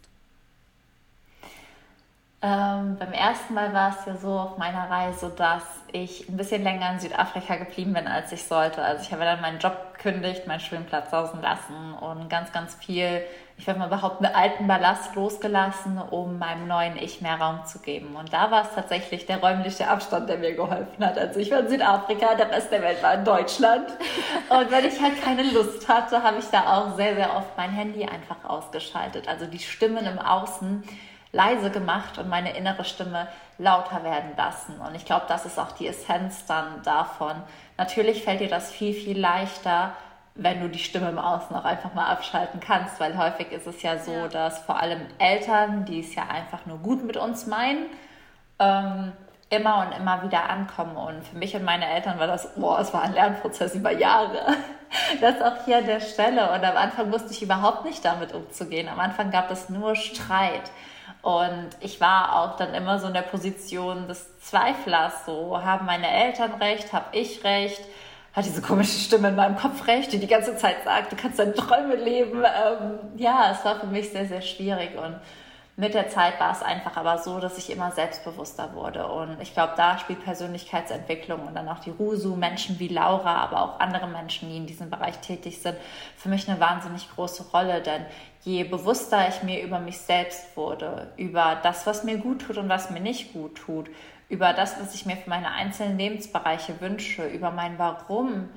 Beim ersten Mal war es ja so auf meiner Reise, dass ich ein bisschen länger in Südafrika geblieben bin, als ich sollte. Also ich habe dann meinen Job gekündigt, meinen Studienplatz sausen lassen und ganz, ganz viel, ich würde mal behaupten, alten Ballast losgelassen, um meinem neuen Ich mehr Raum zu geben. Und da war es tatsächlich der räumliche Abstand, der mir geholfen hat. Also ich war in Südafrika, der Rest der Welt war in Deutschland. Und wenn ich halt keine Lust hatte, habe ich da auch sehr, sehr oft mein Handy einfach ausgeschaltet. Also die Stimmen im Außen leise gemacht und meine innere Stimme lauter werden lassen. Und ich glaube, das ist auch die Essenz dann davon. Natürlich fällt dir das viel, viel leichter, wenn du die Stimme im Außen auch einfach mal abschalten kannst, weil häufig ist es ja so, dass vor allem Eltern, die es ja einfach nur gut mit uns meinen, immer und immer wieder ankommen. Und für mich und meine Eltern war das, es war ein Lernprozess über Jahre. Das auch hier an der Stelle. Und am Anfang wusste ich überhaupt nicht damit umzugehen. Am Anfang gab es nur Streit. Und ich war auch dann immer so in der Position des Zweiflers, so haben meine Eltern recht, habe ich recht, hat diese komische Stimme in meinem Kopf recht, die ganze Zeit sagt, du kannst deine Träume leben. Es war für mich sehr, sehr schwierig und mit der Zeit war es einfach aber so, dass ich immer selbstbewusster wurde und ich glaube, da spielt Persönlichkeitsentwicklung und dann auch die RUSU, Menschen wie Laura, aber auch andere Menschen, die in diesem Bereich tätig sind, für mich eine wahnsinnig große Rolle, denn je bewusster ich mir über mich selbst wurde, über das, was mir gut tut und was mir nicht gut tut, über das, was ich mir für meine einzelnen Lebensbereiche wünsche, über mein Warum,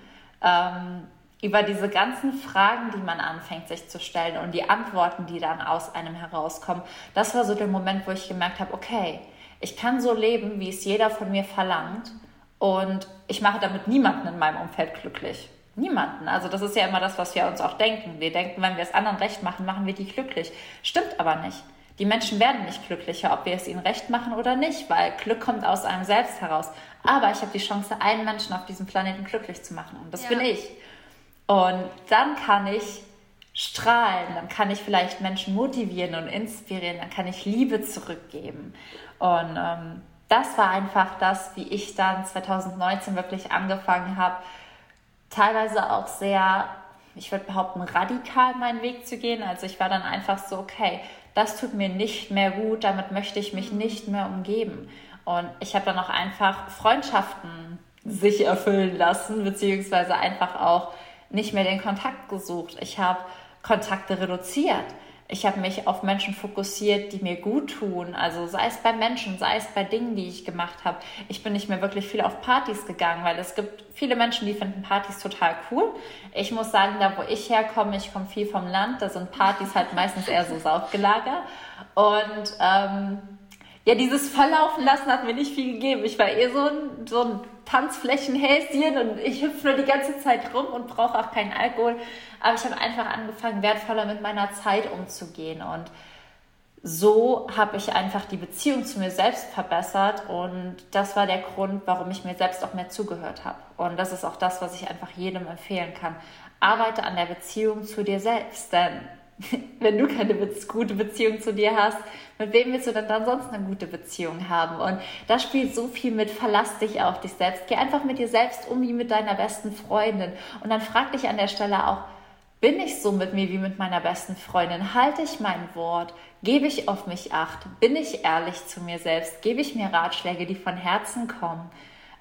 über diese ganzen Fragen, die man anfängt sich zu stellen und die Antworten, die dann aus einem herauskommen, das war so der Moment, wo ich gemerkt habe, okay, ich kann so leben, wie es jeder von mir verlangt und ich mache damit niemanden in meinem Umfeld glücklich. Niemanden. Also das ist ja immer das, was wir uns auch denken. Wir denken, wenn wir es anderen recht machen, machen wir die glücklich. Stimmt aber nicht. Die Menschen werden nicht glücklicher, ob wir es ihnen recht machen oder nicht, weil Glück kommt aus einem selbst heraus. Aber ich habe die Chance, einen Menschen auf diesem Planeten glücklich zu machen und das bin ich. Und dann kann ich strahlen, dann kann ich vielleicht Menschen motivieren und inspirieren, dann kann ich Liebe zurückgeben. Und das war einfach das, wie ich dann 2019 wirklich angefangen habe, teilweise auch sehr, ich würde behaupten, radikal meinen Weg zu gehen. Also ich war dann einfach so, okay, das tut mir nicht mehr gut, damit möchte ich mich nicht mehr umgeben. Und ich habe dann auch einfach Freundschaften sich erfüllen lassen, beziehungsweise einfach auch nicht mehr den Kontakt gesucht. Ich habe Kontakte reduziert. Ich habe mich auf Menschen fokussiert, die mir gut tun. Also sei es bei Menschen, sei es bei Dingen, die ich gemacht habe. Ich bin nicht mehr wirklich viel auf Partys gegangen, weil es gibt viele Menschen, die finden Partys total cool. Ich muss sagen, da wo ich herkomme, ich komme viel vom Land, da sind Partys halt meistens eher so Saufgelager. Und dieses Volllaufen lassen hat mir nicht viel gegeben. Ich war eher so ein Tanzflächenhäschen und ich hüpfe nur die ganze Zeit rum und brauche auch keinen Alkohol. Aber ich habe einfach angefangen, wertvoller mit meiner Zeit umzugehen. Und so habe ich einfach die Beziehung zu mir selbst verbessert. Und das war der Grund, warum ich mir selbst auch mehr zugehört habe. Und das ist auch das, was ich einfach jedem empfehlen kann. Arbeite an der Beziehung zu dir selbst, denn wenn du keine gute Beziehung zu dir hast, mit wem willst du denn dann sonst eine gute Beziehung haben? Und da spielt so viel mit, verlass dich auf dich selbst. Geh einfach mit dir selbst um wie mit deiner besten Freundin. Und dann frag dich an der Stelle auch, bin ich so mit mir wie mit meiner besten Freundin? Halte ich mein Wort? Gebe ich auf mich Acht? Bin ich ehrlich zu mir selbst? Gebe ich mir Ratschläge, die von Herzen kommen?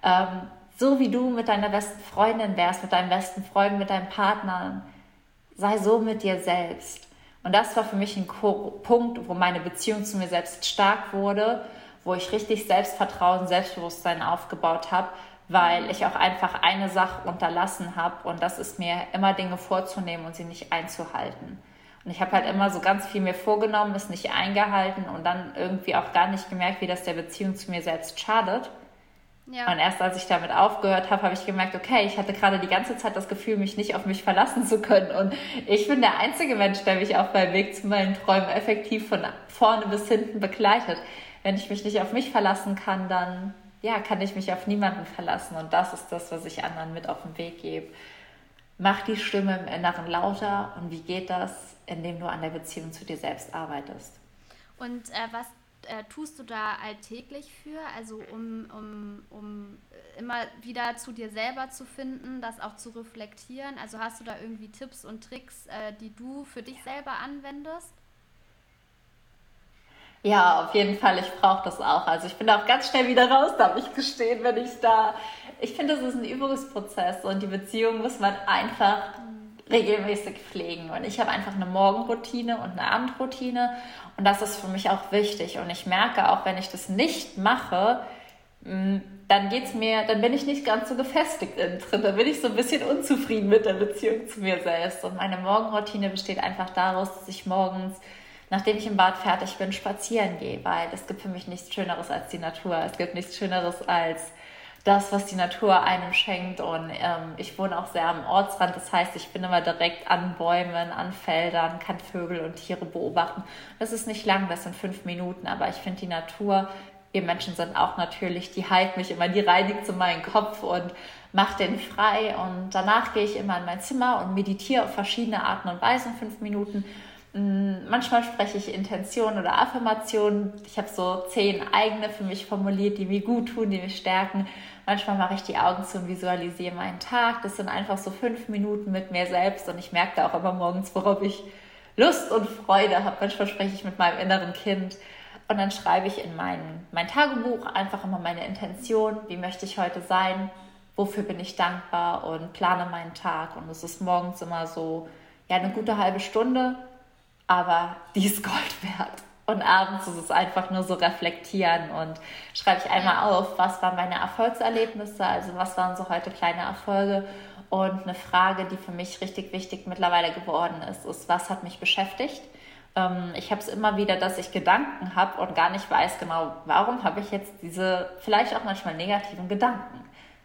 So wie du mit deiner besten Freundin wärst, mit deinem besten Freund, mit deinem Partner. Sei so mit dir selbst. Und das war für mich ein Punkt, wo meine Beziehung zu mir selbst stark wurde, wo ich richtig Selbstvertrauen, Selbstbewusstsein aufgebaut habe, weil ich auch einfach eine Sache unterlassen habe und das ist mir immer Dinge vorzunehmen und sie nicht einzuhalten. Und Und ich habe halt immer so ganz viel mir vorgenommen, es nicht eingehalten und dann irgendwie auch gar nicht gemerkt, wie das der Beziehung zu mir selbst schadet. Ja. Und erst als ich damit aufgehört habe, habe ich gemerkt, okay, ich hatte gerade die ganze Zeit das Gefühl, mich nicht auf mich verlassen zu können. Und ich bin der einzige Mensch, der mich auf meinem Weg zu meinen Träumen effektiv von vorne bis hinten begleitet. Wenn ich mich nicht auf mich verlassen kann, dann ja, kann ich mich auf niemanden verlassen. Und das ist das, was ich anderen mit auf den Weg gebe. Mach die Stimme im Inneren lauter. Und wie geht das? Indem du an der Beziehung zu dir selbst arbeitest. Und was tust du da alltäglich für, also um immer wieder zu dir selber zu finden, das auch zu reflektieren? Also hast du da irgendwie Tipps und Tricks, die du für dich selber anwendest? Ja, auf jeden Fall, ich brauche das auch. Also ich bin da auch ganz schnell wieder raus, darf ich gestehen, wenn ich da... Ich finde, das ist ein Übungsprozess und die Beziehung muss man einfach regelmäßig pflegen. Und ich habe einfach eine Morgenroutine und eine Abendroutine und das ist für mich auch wichtig. Und ich merke auch, wenn ich das nicht mache, dann bin ich nicht ganz so gefestigt innen drin. Dann bin ich so ein bisschen unzufrieden mit der Beziehung zu mir selbst. Und meine Morgenroutine besteht einfach daraus, dass ich morgens, nachdem ich im Bad fertig bin, spazieren gehe, weil es gibt für mich nichts Schöneres als die Natur. Es gibt nichts Schöneres als das, was die Natur einem schenkt. Und ich wohne auch sehr am Ortsrand. Das heißt, ich bin immer direkt an Bäumen, an Feldern, kann Vögel und Tiere beobachten. Das ist nicht lang, das sind 5 Minuten, aber ich finde die Natur, wir Menschen sind auch natürlich, die heilt mich immer, die reinigt so meinen Kopf und macht den frei. Und danach gehe ich immer in mein Zimmer und meditiere auf verschiedene Arten und Weisen 5 Minuten. Manchmal spreche ich Intentionen oder Affirmationen. Ich habe so 10 eigene für mich formuliert, die mir gut tun, die mich stärken. Manchmal mache ich die Augen zu und visualisiere meinen Tag. Das sind einfach so 5 Minuten mit mir selbst und ich merke da auch immer morgens, worauf ich Lust und Freude habe. Manchmal spreche ich mit meinem inneren Kind und dann schreibe ich in mein Tagebuch einfach immer meine Intention. Wie möchte ich heute sein? Wofür bin ich dankbar? Und plane meinen Tag. Und es ist morgens immer so, ja, eine gute halbe Stunde, aber die ist Gold wert. Und abends ist es einfach nur so reflektieren und schreibe ich einmal auf, was waren meine Erfolgserlebnisse, also was waren so heute kleine Erfolge. Und eine Frage, die für mich richtig wichtig mittlerweile geworden ist, was hat mich beschäftigt? Ich habe es immer wieder, dass ich Gedanken habe und gar nicht weiß genau, warum habe ich jetzt diese vielleicht auch manchmal negativen Gedanken?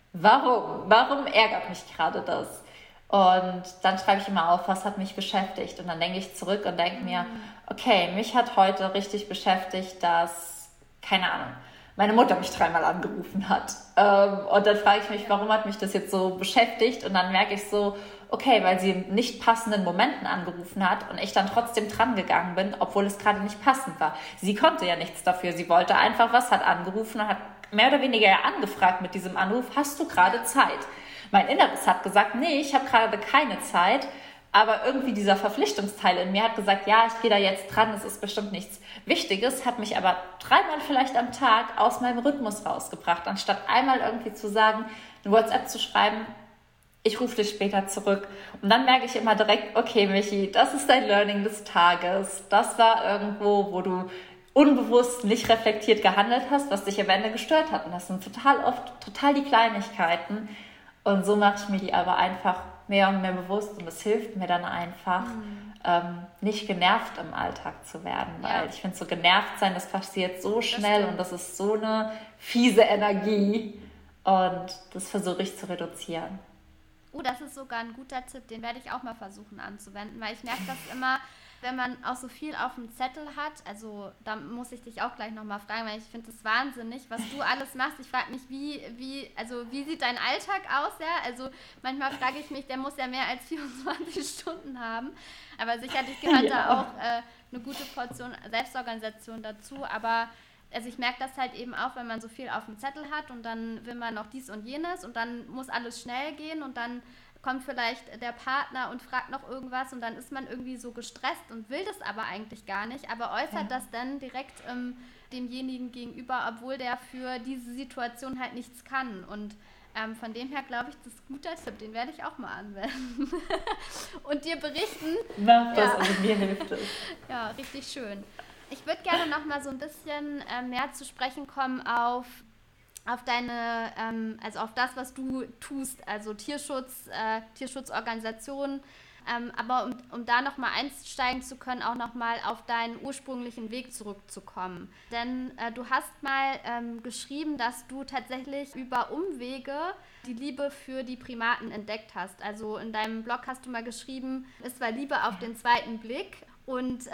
Warum ärgert mich gerade das? Und dann schreibe ich immer auf, was hat mich beschäftigt. Und dann denke ich zurück und denke mir, okay, mich hat heute richtig beschäftigt, dass, keine Ahnung, meine Mutter mich 3-mal angerufen hat. Und dann frage ich mich, warum hat mich das jetzt so beschäftigt? Und dann merke ich so, okay, weil sie in nicht passenden Momenten angerufen hat und ich dann trotzdem dran gegangen bin, obwohl es gerade nicht passend war. Sie konnte ja nichts dafür. Sie wollte einfach was, hat angerufen und hat mehr oder weniger angefragt mit diesem Anruf, hast du gerade Zeit? Mein Inneres hat gesagt, nee, ich habe gerade keine Zeit, aber irgendwie dieser Verpflichtungsteil in mir hat gesagt, ja, ich gehe da jetzt dran, es ist bestimmt nichts Wichtiges, hat mich aber 3-mal vielleicht am Tag aus meinem Rhythmus rausgebracht, anstatt einmal irgendwie zu sagen, eine WhatsApp zu schreiben, ich rufe dich später zurück. Und dann merke ich immer direkt, okay, Michi, das ist dein Learning des Tages. Das war irgendwo, wo du unbewusst nicht reflektiert gehandelt hast, was dich am Ende gestört hat. Und das sind total oft die Kleinigkeiten. Und so mache ich mir die aber einfach mehr und mehr bewusst und es hilft mir dann einfach, nicht genervt im Alltag zu werden, weil ich finde, so genervt sein, das passiert so schnell und das ist so eine fiese Energie und das versuche ich zu reduzieren. Das ist sogar ein guter Tipp, den werde ich auch mal versuchen anzuwenden, weil ich merke das immer, wenn man auch so viel auf dem Zettel hat, also da muss ich dich auch gleich nochmal fragen, weil ich finde das wahnsinnig, was du alles machst. Ich frage mich, wie sieht dein Alltag aus? Ja? Also manchmal frage ich mich, der muss ja mehr als 24 Stunden haben, aber sicherlich gehört da auch eine gute Portion Selbstorganisation dazu, aber also ich merke das halt eben auch, wenn man so viel auf dem Zettel hat und dann will man noch dies und jenes und dann muss alles schnell gehen und dann kommt vielleicht der Partner und fragt noch irgendwas und dann ist man irgendwie so gestresst und will das aber eigentlich gar nicht, aber äußert das dann direkt demjenigen gegenüber, obwohl der für diese Situation halt nichts kann. Und von dem her glaube ich, das ist ein guter Tipp, den werde ich auch mal anwenden und dir berichten. Mach das, also mir hilft es. Ja, richtig schön. Ich würde gerne noch mal so ein bisschen mehr zu sprechen kommen auf deine, also auf das, was du tust, also Tierschutz, Tierschutzorganisationen. Aber um da nochmal einsteigen zu können, auch nochmal auf deinen ursprünglichen Weg zurückzukommen. Denn du hast mal geschrieben, dass du tatsächlich über Umwege die Liebe für die Primaten entdeckt hast. Also in deinem Blog hast du mal geschrieben, es war Liebe auf den zweiten Blick. Und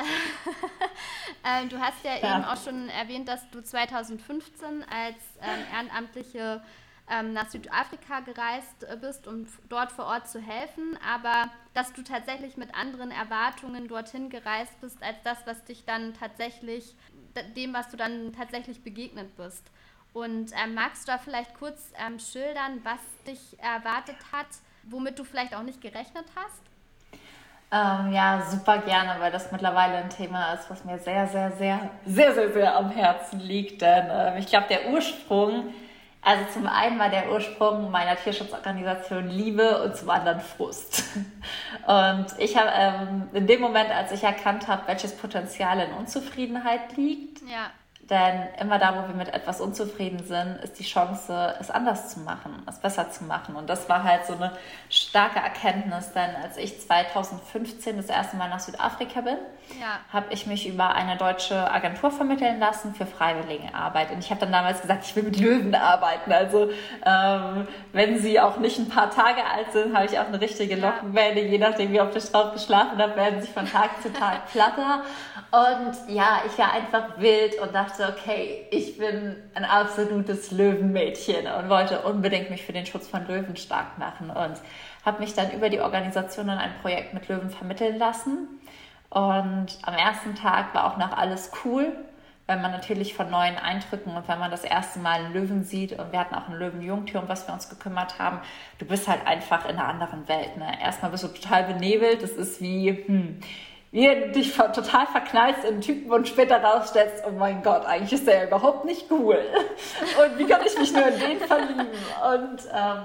du hast ja eben auch schon erwähnt, dass du 2015 als Ehrenamtliche nach Südafrika gereist bist, um dort vor Ort zu helfen, aber dass du tatsächlich mit anderen Erwartungen dorthin gereist bist, als das, was dich dann tatsächlich, dem, was du dann tatsächlich begegnet bist. Und magst du da vielleicht kurz schildern, was dich erwartet hat, womit du vielleicht auch nicht gerechnet hast? Ja, super gerne, weil das mittlerweile ein Thema ist, was mir sehr, sehr, sehr, sehr, sehr, sehr am Herzen liegt. Denn ich glaube, der Ursprung, also zum einen war der Ursprung meiner Tierschutzorganisation Liebe und zum anderen Frust. Und ich habe in dem Moment, als ich erkannt habe, welches Potenzial in Unzufriedenheit liegt, denn immer da, wo wir mit etwas unzufrieden sind, ist die Chance, es anders zu machen, es besser zu machen. Und das war halt so eine starke Erkenntnis, denn als ich 2015 das erste Mal nach Südafrika bin, habe ich mich über eine deutsche Agentur vermitteln lassen für Freiwilligenarbeit. Und ich habe dann damals gesagt, ich will mit Löwen arbeiten. Also wenn sie auch nicht ein paar Tage alt sind, habe ich auch eine richtige Lockenwelle. Je nachdem, wie auf der Strauch geschlafen habe, werden sie von Tag zu Tag platter. Und ja, ich war einfach wild und dachte, okay, ich bin ein absolutes Löwenmädchen und wollte unbedingt mich für den Schutz von Löwen stark machen und habe mich dann über die Organisation in ein Projekt mit Löwen vermitteln lassen. Und am ersten Tag war auch noch alles cool, weil man natürlich von neuen Eindrücken und wenn man das erste Mal einen Löwen sieht und wir hatten auch ein Löwenjungtier, um was wir uns gekümmert haben, du bist halt einfach in einer anderen Welt. Ne? Erstmal bist du total benebelt, das ist wie du dich total verknallst in einen Typen und später rausstellst, oh mein Gott, eigentlich ist der ja überhaupt nicht cool. Und wie kann ich mich nur in den verlieben? Und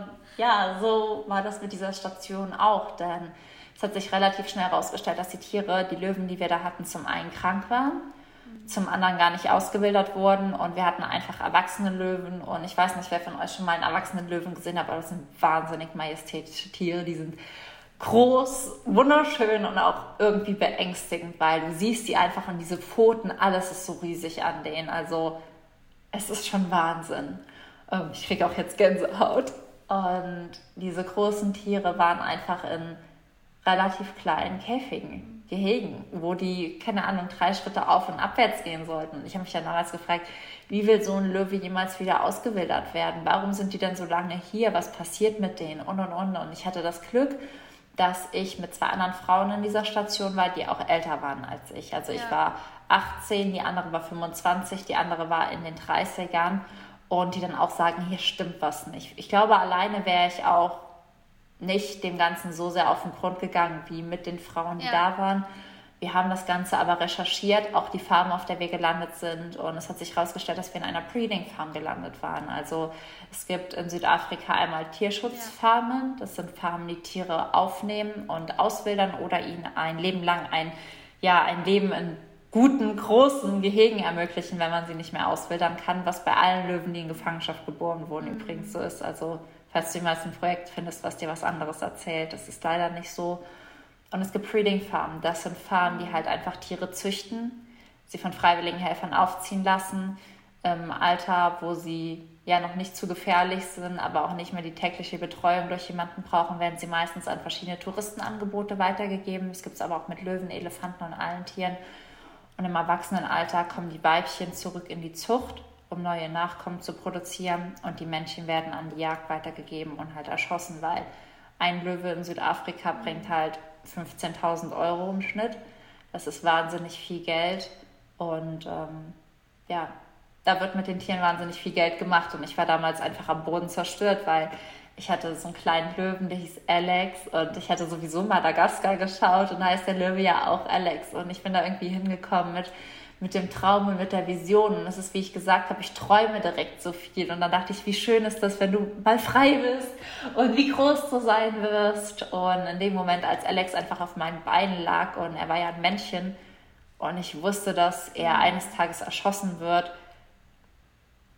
so war das mit dieser Station auch, denn es hat sich relativ schnell herausgestellt, dass die Tiere, die Löwen, die wir da hatten, zum einen krank waren, zum anderen gar nicht ausgewildert wurden und wir hatten einfach erwachsene Löwen und ich weiß nicht, wer von euch schon mal einen erwachsenen Löwen gesehen hat, aber das sind wahnsinnig majestätische Tiere, die sind groß, wunderschön und auch irgendwie beängstigend, weil du siehst die einfach und diese Pfoten, alles ist so riesig an denen. Also es ist schon Wahnsinn. Ich kriege auch jetzt Gänsehaut. Und diese großen Tiere waren einfach in relativ kleinen Käfigen, Gehegen, wo die, keine Ahnung, 3 Schritte auf und abwärts gehen sollten. Ich habe mich dann damals gefragt, wie will so ein Löwe jemals wieder ausgewildert werden? Warum sind die denn so lange hier? Was passiert mit denen? Und. Und ich hatte das Glück, dass ich mit 2 anderen Frauen in dieser Station war, die auch älter waren als ich. Also ich war 18, die andere war 25, die andere war in den 30ern und die dann auch sagen, hier stimmt was nicht. Ich glaube, alleine wäre ich auch nicht dem Ganzen so sehr auf den Grund gegangen, wie mit den Frauen, die da waren. Wir haben das Ganze aber recherchiert, auch die Farm, auf der wir gelandet sind. Und es hat sich herausgestellt, dass wir in einer Breeding-Farm gelandet waren. Also es gibt in Südafrika einmal Tierschutzfarmen. Das sind Farmen, die Tiere aufnehmen und auswildern oder ihnen ein Leben lang ein Leben in guten, großen Gehegen ermöglichen, wenn man sie nicht mehr auswildern kann. Was bei allen Löwen, die in Gefangenschaft geboren wurden, übrigens so ist. Also falls du jemals ein Projekt findest, was dir was anderes erzählt, das ist leider nicht so. Und es gibt Breeding-Farmen. Das sind Farmen, die halt einfach Tiere züchten, sie von freiwilligen Helfern aufziehen lassen, im Alter, wo sie ja noch nicht zu gefährlich sind, aber auch nicht mehr die tägliche Betreuung durch jemanden brauchen, werden sie meistens an verschiedene Touristenangebote weitergegeben. Das gibt es aber auch mit Löwen, Elefanten und allen Tieren. Und im Erwachsenenalter kommen die Weibchen zurück in die Zucht, um neue Nachkommen zu produzieren. Und die Männchen werden an die Jagd weitergegeben und halt erschossen, weil ein Löwe in Südafrika bringt halt 15.000 € im Schnitt. Das ist wahnsinnig viel Geld und da wird mit den Tieren wahnsinnig viel Geld gemacht und ich war damals einfach am Boden zerstört, weil ich hatte so einen kleinen Löwen, der hieß Alex und ich hatte sowieso Madagaskar geschaut und da heißt der Löwe ja auch Alex und ich bin da irgendwie hingekommen mit dem Traum und mit der Vision und das ist, wie ich gesagt habe, ich träume direkt so viel und dann dachte ich, wie schön ist das, wenn du mal frei bist und wie groß du sein wirst und in dem Moment, als Alex einfach auf meinen Beinen lag und er war ja ein Männchen und ich wusste, dass er eines Tages erschossen wird,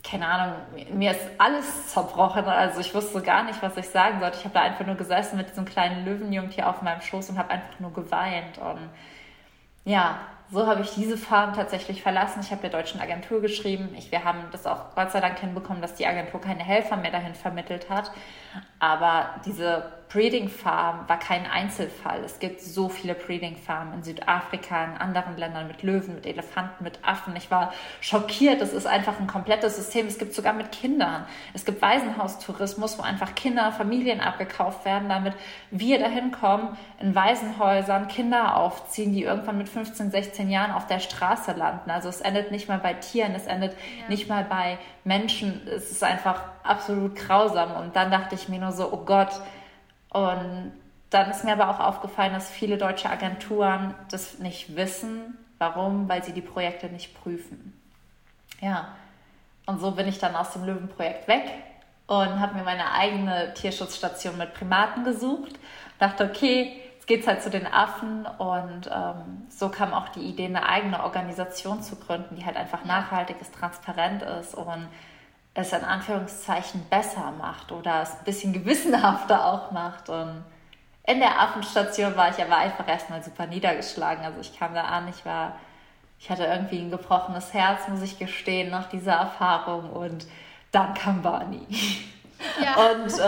keine Ahnung, mir ist alles zerbrochen. Also ich wusste gar nicht, was ich sagen sollte. Ich habe da einfach nur gesessen mit diesem kleinen Löwenjungtier auf meinem Schoß und habe einfach nur geweint. Und ja, so habe ich diese Farm tatsächlich verlassen. Ich habe der deutschen Agentur geschrieben. Wir haben das auch Gott sei Dank hinbekommen, dass die Agentur keine Helfer mehr dahin vermittelt hat. Aber diese Breeding Farm war kein Einzelfall. Es gibt so viele Breeding Farmen in Südafrika, in anderen Ländern mit Löwen, mit Elefanten, mit Affen. Ich war schockiert. Das ist einfach ein komplettes System. Es gibt sogar mit Kindern. Es gibt Waisenhaustourismus, wo einfach Kinder, Familien abgekauft werden, damit wir dahin kommen, in Waisenhäusern Kinder aufziehen, die irgendwann mit 15, 16 Jahren auf der Straße landen. Also es endet nicht mal bei Tieren, es endet nicht mal bei Menschen. Es ist einfach absolut grausam. Und dann dachte ich mir nur so, oh Gott. Und dann ist mir aber auch aufgefallen, dass viele deutsche Agenturen das nicht wissen. Warum? Weil sie die Projekte nicht prüfen. Ja, und so bin ich dann aus dem Löwenprojekt weg und habe mir meine eigene Tierschutzstation mit Primaten gesucht. Dachte, okay, jetzt geht's halt zu den Affen. Und so kam auch die Idee, eine eigene Organisation zu gründen, die halt einfach nachhaltig ist, transparent ist und es in Anführungszeichen besser macht oder es ein bisschen gewissenhafter auch macht. Und in der Affenstation war ich aber einfach erstmal super niedergeschlagen. Also ich kam da an, ich hatte irgendwie ein gebrochenes Herz, muss ich gestehen, nach dieser Erfahrung. Und dann kam Barney. Ja. Und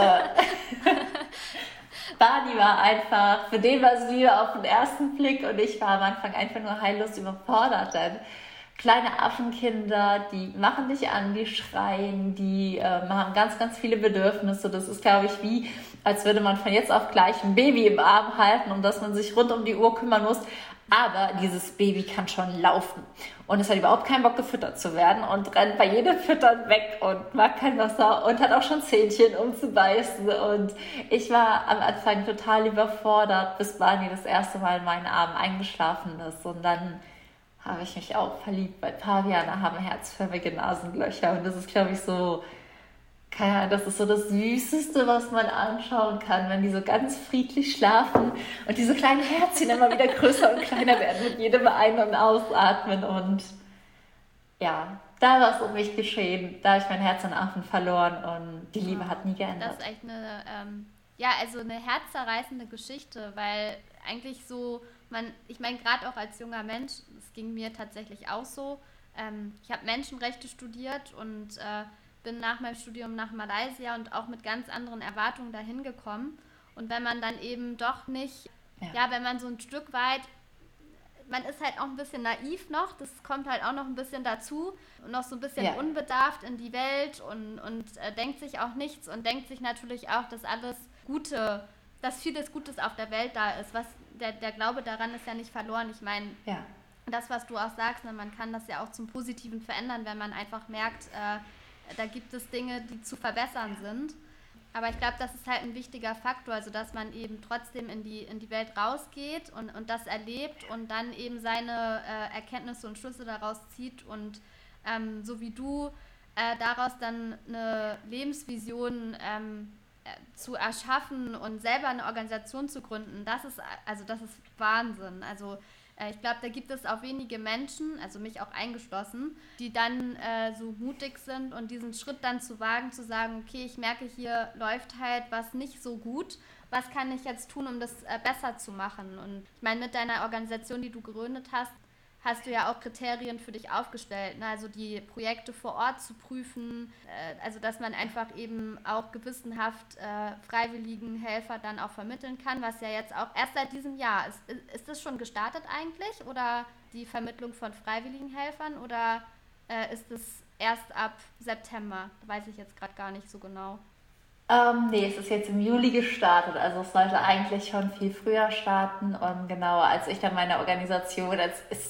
Barney war einfach, für den war es Liebe auf den ersten Blick und ich war am Anfang einfach nur heillos überfordert, denn kleine Affenkinder, die machen dich an, die schreien, die haben ganz, ganz viele Bedürfnisse. Das ist, glaube ich, wie, als würde man von jetzt auf gleich ein Baby im Arm halten, um das man sich rund um die Uhr kümmern muss. Aber dieses Baby kann schon laufen und es hat überhaupt keinen Bock, gefüttert zu werden und rennt bei jedem Füttern weg und mag kein Wasser und hat auch schon Zähnchen, um zu beißen. Und ich war am Anfang total überfordert, bis Barney das erste Mal in meinen Armen eingeschlafen ist. Und dann habe ich mich auch verliebt, weil Paviane haben herzförmige Nasenlöcher und das ist, glaube ich, so, keine Ahnung, das ist so das Süßeste, was man anschauen kann, wenn die so ganz friedlich schlafen und diese kleinen Herzchen immer wieder größer und kleiner werden mit jedem Ein- und Ausatmen. Und ja, da war es um mich geschehen, da habe ich mein Herz an Affen verloren und die Liebe hat nie geändert. Das ist echt eine herzzerreißende Geschichte, weil eigentlich so, ich meine, gerade auch als junger Mensch, es ging mir tatsächlich auch so, ich habe Menschenrechte studiert und bin nach meinem Studium nach Malaysia und auch mit ganz anderen Erwartungen dahin gekommen. Und wenn man dann eben doch nicht, wenn man so ein Stück weit, man ist halt auch ein bisschen naiv noch, das kommt halt auch noch ein bisschen dazu und noch so ein bisschen unbedarft in die Welt und denkt sich auch nichts und denkt sich natürlich auch, dass alles Gute, dass vieles Gutes auf der Welt da ist, was der Glaube daran ist ja nicht verloren. Ich meine, das, was du auch sagst, ne, man kann das ja auch zum Positiven verändern, wenn man einfach merkt, da gibt es Dinge, die zu verbessern sind. Aber ich glaube, das ist halt ein wichtiger Faktor, also dass man eben trotzdem in die Welt rausgeht und das erlebt und dann eben seine Erkenntnisse und Schlüsse daraus zieht und so wie du daraus dann eine Lebensvision zu erschaffen und selber eine Organisation zu gründen, das ist Wahnsinn. Also ich glaube, da gibt es auch wenige Menschen, also mich auch eingeschlossen, die dann so mutig sind und diesen Schritt dann zu wagen, zu sagen, okay, ich merke, hier läuft halt was nicht so gut. Was kann ich jetzt tun, um das besser zu machen? Und ich meine, mit deiner Organisation, die du gegründet hast, hast du ja auch Kriterien für dich aufgestellt, ne? Also die Projekte vor Ort zu prüfen, also dass man einfach eben auch gewissenhaft freiwilligen Helfer dann auch vermitteln kann, was ja jetzt auch erst seit diesem Jahr ist. Ist das schon gestartet eigentlich oder die Vermittlung von freiwilligen Helfern oder ist es erst ab September? Weiß ich jetzt gerade gar nicht so genau. Nee, es ist jetzt im Juli gestartet, also es sollte eigentlich schon viel früher starten und genau, als ich dann meine Organisation,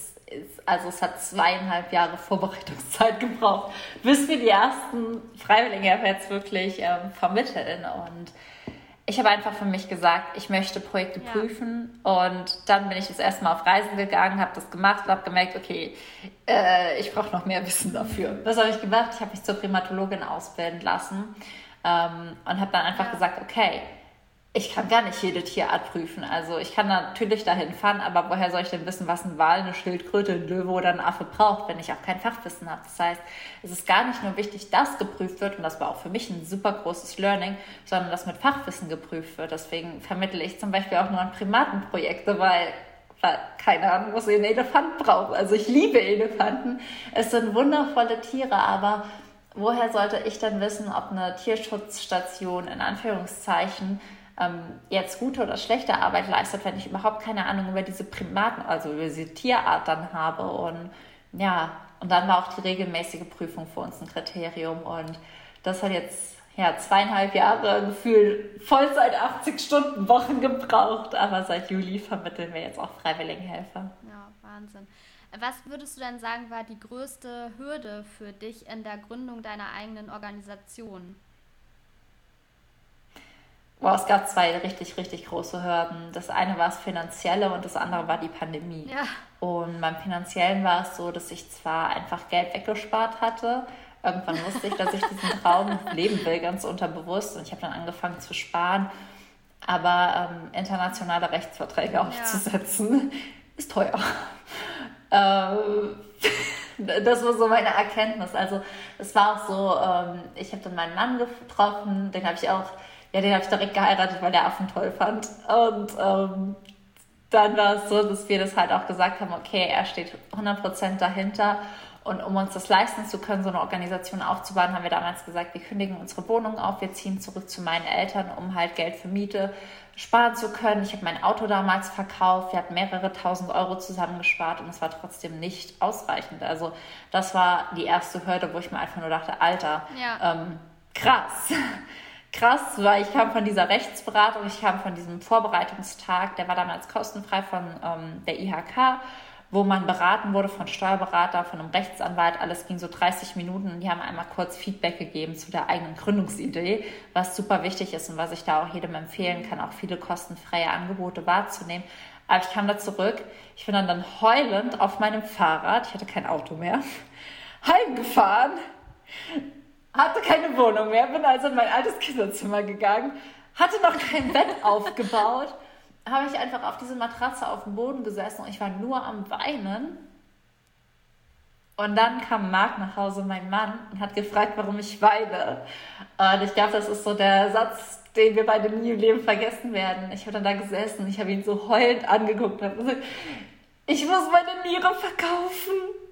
es hat 2,5 Jahre Vorbereitungszeit gebraucht, bis wir die ersten Freiwilligen jetzt wirklich vermitteln. Und ich habe einfach für mich gesagt, ich möchte Projekte prüfen. Und dann bin ich das erste Mal auf Reisen gegangen, habe das gemacht und habe gemerkt, okay, ich brauche noch mehr Wissen dafür. Was habe ich gemacht? Ich habe mich zur Primatologin ausbilden lassen und habe dann einfach gesagt, okay, Ich kann gar nicht jede Tierart prüfen. Also ich kann natürlich dahin fahren, aber woher soll ich denn wissen, was ein Wal, eine Schildkröte, ein Löwe oder ein Affe braucht, wenn ich auch kein Fachwissen habe? Das heißt, es ist gar nicht nur wichtig, dass geprüft wird, und das war auch für mich ein super großes Learning, sondern dass mit Fachwissen geprüft wird. Deswegen vermittle ich zum Beispiel auch nur an Primatenprojekte, weil keine Ahnung, was ein Elefant braucht. Also ich liebe Elefanten. Es sind wundervolle Tiere, aber woher sollte ich denn wissen, ob eine Tierschutzstation in Anführungszeichen jetzt gute oder schlechte Arbeit leistet, wenn ich überhaupt keine Ahnung über diese Primaten, also über diese Tierart dann habe. Und ja, und dann war auch die regelmäßige Prüfung für uns ein Kriterium. Und das hat jetzt 2,5 Jahre gefühlt Vollzeit 80-Stunden-Wochen gebraucht. Aber seit Juli vermitteln wir jetzt auch Freiwilligenhelfer. Ja, Wahnsinn. Was würdest du denn sagen, war die größte Hürde für dich in der Gründung deiner eigenen Organisation? Boah, es gab 2 richtig, richtig große Hürden. Das eine war das Finanzielle und das andere war die Pandemie. Ja. Und beim Finanziellen war es so, dass ich zwar einfach Geld weggespart hatte, irgendwann wusste ich, dass ich diesen Traum leben will, ganz unterbewusst. Und ich habe dann angefangen zu sparen. Aber internationale Rechtsverträge aufzusetzen, ist teuer. Das war so meine Erkenntnis. Also es war auch so, ich habe dann meinen Mann getroffen, den habe ich direkt geheiratet, weil der Affen toll fand. Und dann war es so, dass wir das halt auch gesagt haben, okay, er steht 100% dahinter. Und um uns das leisten zu können, so eine Organisation aufzubauen, haben wir damals gesagt, wir kündigen unsere Wohnung auf, wir ziehen zurück zu meinen Eltern, um halt Geld für Miete sparen zu können. Ich habe mein Auto damals verkauft, wir hatten mehrere 1.000 Euro zusammengespart und es war trotzdem nicht ausreichend. Also das war die erste Hürde, wo ich mir einfach nur dachte, Alter, krass. Krass, weil ich kam von dieser Rechtsberatung, ich kam von diesem Vorbereitungstag, der war damals kostenfrei von der IHK, wo man beraten wurde von Steuerberater, von einem Rechtsanwalt. Alles ging so 30 Minuten und die haben einmal kurz Feedback gegeben zu der eigenen Gründungsidee, was super wichtig ist und was ich da auch jedem empfehlen kann, auch viele kostenfreie Angebote wahrzunehmen. Aber ich kam da zurück, ich bin dann heulend auf meinem Fahrrad, ich hatte kein Auto mehr, heimgefahren, hatte keine Wohnung mehr, bin also in mein altes Kinderzimmer gegangen, hatte noch kein Bett aufgebaut, habe ich einfach auf diese Matratze auf dem Boden gesessen und ich war nur am Weinen. Und dann kam Marc nach Hause, mein Mann, und hat gefragt, warum ich weine. Und ich glaube, das ist so der Satz, den wir beide nie im Leben vergessen werden. Ich habe dann da gesessen, ich habe ihn so heulend angeguckt und habe gesagt, ich muss meine Niere verkaufen.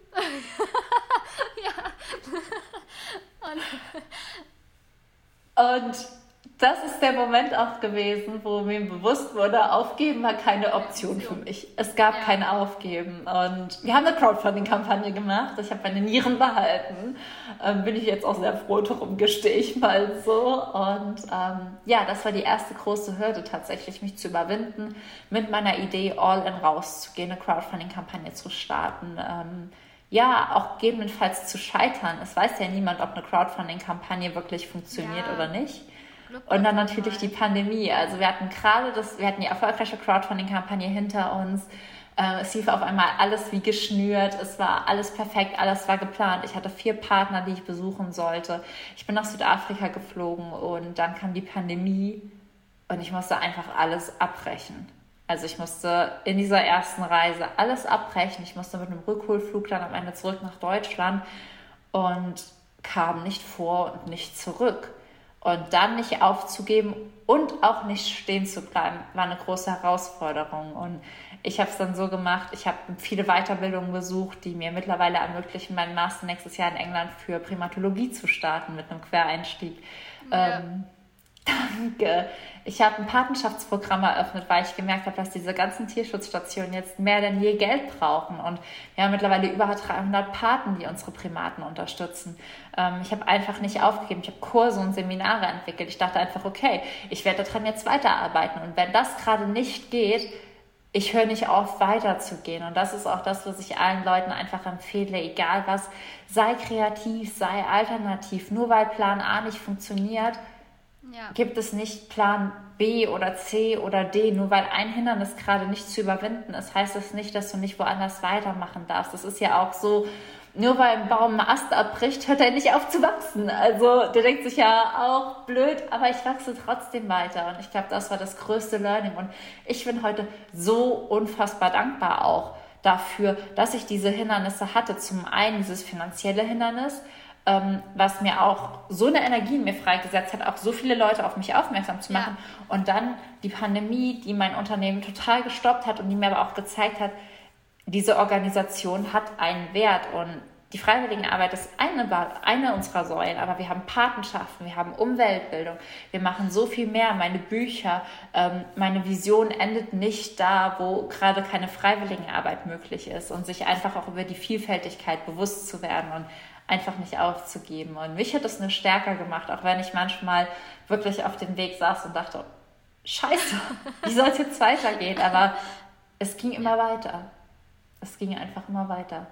Und das ist der Moment auch gewesen, wo mir bewusst wurde, Aufgeben war keine Option für mich. Es gab kein Aufgeben. Und wir haben eine Crowdfunding-Kampagne gemacht. Ich habe meine Nieren behalten. Bin ich jetzt auch sehr froh drum, gestehe ich mal so. Und das war die erste große Hürde tatsächlich, mich zu überwinden, mit meiner Idee all in rauszugehen, eine Crowdfunding-Kampagne zu starten. Auch gegebenenfalls zu scheitern. Es weiß ja niemand, ob eine Crowdfunding-Kampagne wirklich funktioniert oder nicht. Und dann natürlich die Pandemie. Also wir hatten die erfolgreiche Crowdfunding-Kampagne hinter uns. Es lief auf einmal alles wie geschnürt. Es war alles perfekt, alles war geplant. Ich hatte 4 Partner, die ich besuchen sollte. Ich bin nach Südafrika geflogen und dann kam die Pandemie und ich musste einfach alles abbrechen. Also ich musste in dieser ersten Reise alles abbrechen. Ich musste mit einem Rückholflug dann am Ende zurück nach Deutschland und kam nicht vor und nicht zurück. Und dann nicht aufzugeben und auch nicht stehen zu bleiben, war eine große Herausforderung. Und ich habe es dann so gemacht, ich habe viele Weiterbildungen besucht, die mir mittlerweile ermöglichen, meinen Master nächstes Jahr in England für Primatologie zu starten mit einem Quereinstieg. Ja. Danke. Ich habe ein Patenschaftsprogramm eröffnet, weil ich gemerkt habe, dass diese ganzen Tierschutzstationen jetzt mehr denn je Geld brauchen. Und wir haben mittlerweile über 300 Paten, die unsere Primaten unterstützen. Ich habe einfach nicht aufgegeben. Ich habe Kurse und Seminare entwickelt. Ich dachte einfach, okay, ich werde daran jetzt weiterarbeiten. Und wenn das gerade nicht geht, ich höre nicht auf, weiterzugehen. Und das ist auch das, was ich allen Leuten einfach empfehle. Egal was, sei kreativ, sei alternativ. Nur weil Plan A nicht funktioniert, gibt es nicht Plan B oder C oder D. Nur weil ein Hindernis gerade nicht zu überwinden ist, heißt das nicht, dass du nicht woanders weitermachen darfst. Das ist ja auch so, nur weil ein Baum einen Ast abbricht, hört er nicht auf zu wachsen. Also der denkt sich ja auch, blöd, aber ich wachse trotzdem weiter. Und ich glaube, das war das größte Learning. Und ich bin heute so unfassbar dankbar auch dafür, dass ich diese Hindernisse hatte. Zum einen dieses finanzielle Hindernis, was mir auch so eine Energie in mir freigesetzt hat, auch so viele Leute auf mich aufmerksam zu machen. Ja. Und dann die Pandemie, die mein Unternehmen total gestoppt hat und die mir aber auch gezeigt hat, diese Organisation hat einen Wert. Und die Freiwilligenarbeit ist eine unserer Säulen, aber wir haben Patenschaften, wir haben Umweltbildung, wir machen so viel mehr. Meine Bücher, meine Vision endet nicht da, wo gerade keine Freiwilligenarbeit möglich ist, und sich einfach auch über die Vielfältigkeit bewusst zu werden und einfach nicht aufzugeben. Und mich hat das nur stärker gemacht, auch wenn ich manchmal wirklich auf dem Weg saß und dachte, Scheiße, wie soll es jetzt weitergehen? Aber es ging immer weiter. Es ging einfach immer weiter.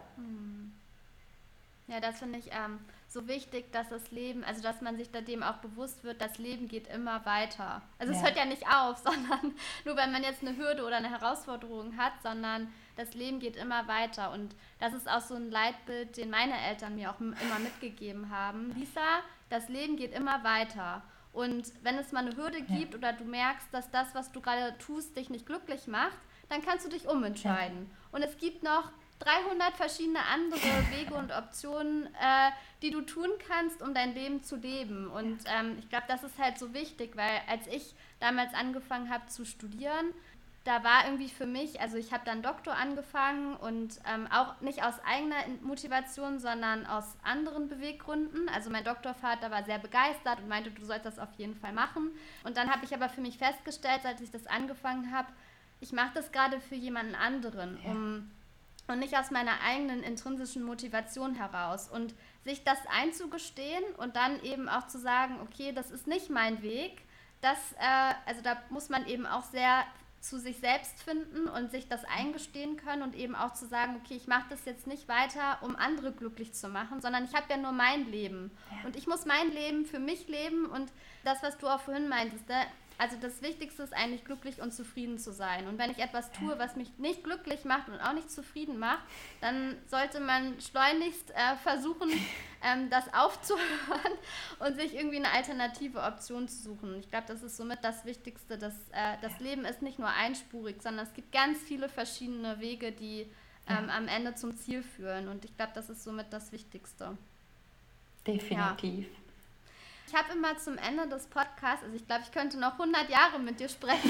Ja, das finde ich so wichtig, dass das Leben, also dass man sich dem auch bewusst wird, das Leben geht immer weiter. Also es hört ja nicht auf, sondern nur wenn man jetzt eine Hürde oder eine Herausforderung hat, sondern das Leben geht immer weiter. Und das ist auch so ein Leitbild, den meine Eltern mir auch immer mitgegeben haben. Lisa, das Leben geht immer weiter. Und wenn es mal eine Hürde gibt oder du merkst, dass das, was du gerade tust, dich nicht glücklich macht, dann kannst du dich umentscheiden. Ja. Und es gibt noch 300 verschiedene andere Wege und Optionen, die du tun kannst, um dein Leben zu leben. Und ich glaube, das ist halt so wichtig, weil als ich damals angefangen habe zu studieren, da war irgendwie für mich, also ich habe dann Doktor angefangen und auch nicht aus eigener Motivation, sondern aus anderen Beweggründen. Also mein Doktorvater war sehr begeistert und meinte, du sollst das auf jeden Fall machen. Und dann habe ich aber für mich festgestellt, als ich das angefangen habe, ich mache das gerade für jemanden anderen, und nicht aus meiner eigenen intrinsischen Motivation heraus. Und sich das einzugestehen und dann eben auch zu sagen, okay, das ist nicht mein Weg, also da muss man eben auch sehr zu sich selbst finden und sich das eingestehen können und eben auch zu sagen, okay, ich mache das jetzt nicht weiter, um andere glücklich zu machen, sondern ich habe ja nur mein Leben. Ja. Und ich muss mein Leben für mich leben, und das, was du auch vorhin meintest, also das Wichtigste ist eigentlich, glücklich und zufrieden zu sein. Und wenn ich etwas tue, was mich nicht glücklich macht und auch nicht zufrieden macht, dann sollte man schleunigst versuchen, das aufzuhören und sich irgendwie eine alternative Option zu suchen. Ich glaube, das ist somit das Wichtigste, dass das Leben ist nicht nur einspurig, sondern es gibt ganz viele verschiedene Wege, die am Ende zum Ziel führen. Und ich glaube, das ist somit das Wichtigste. Definitiv. Ja. Ich habe immer zum Ende des Podcasts, also ich glaube, ich könnte noch 100 Jahre mit dir sprechen,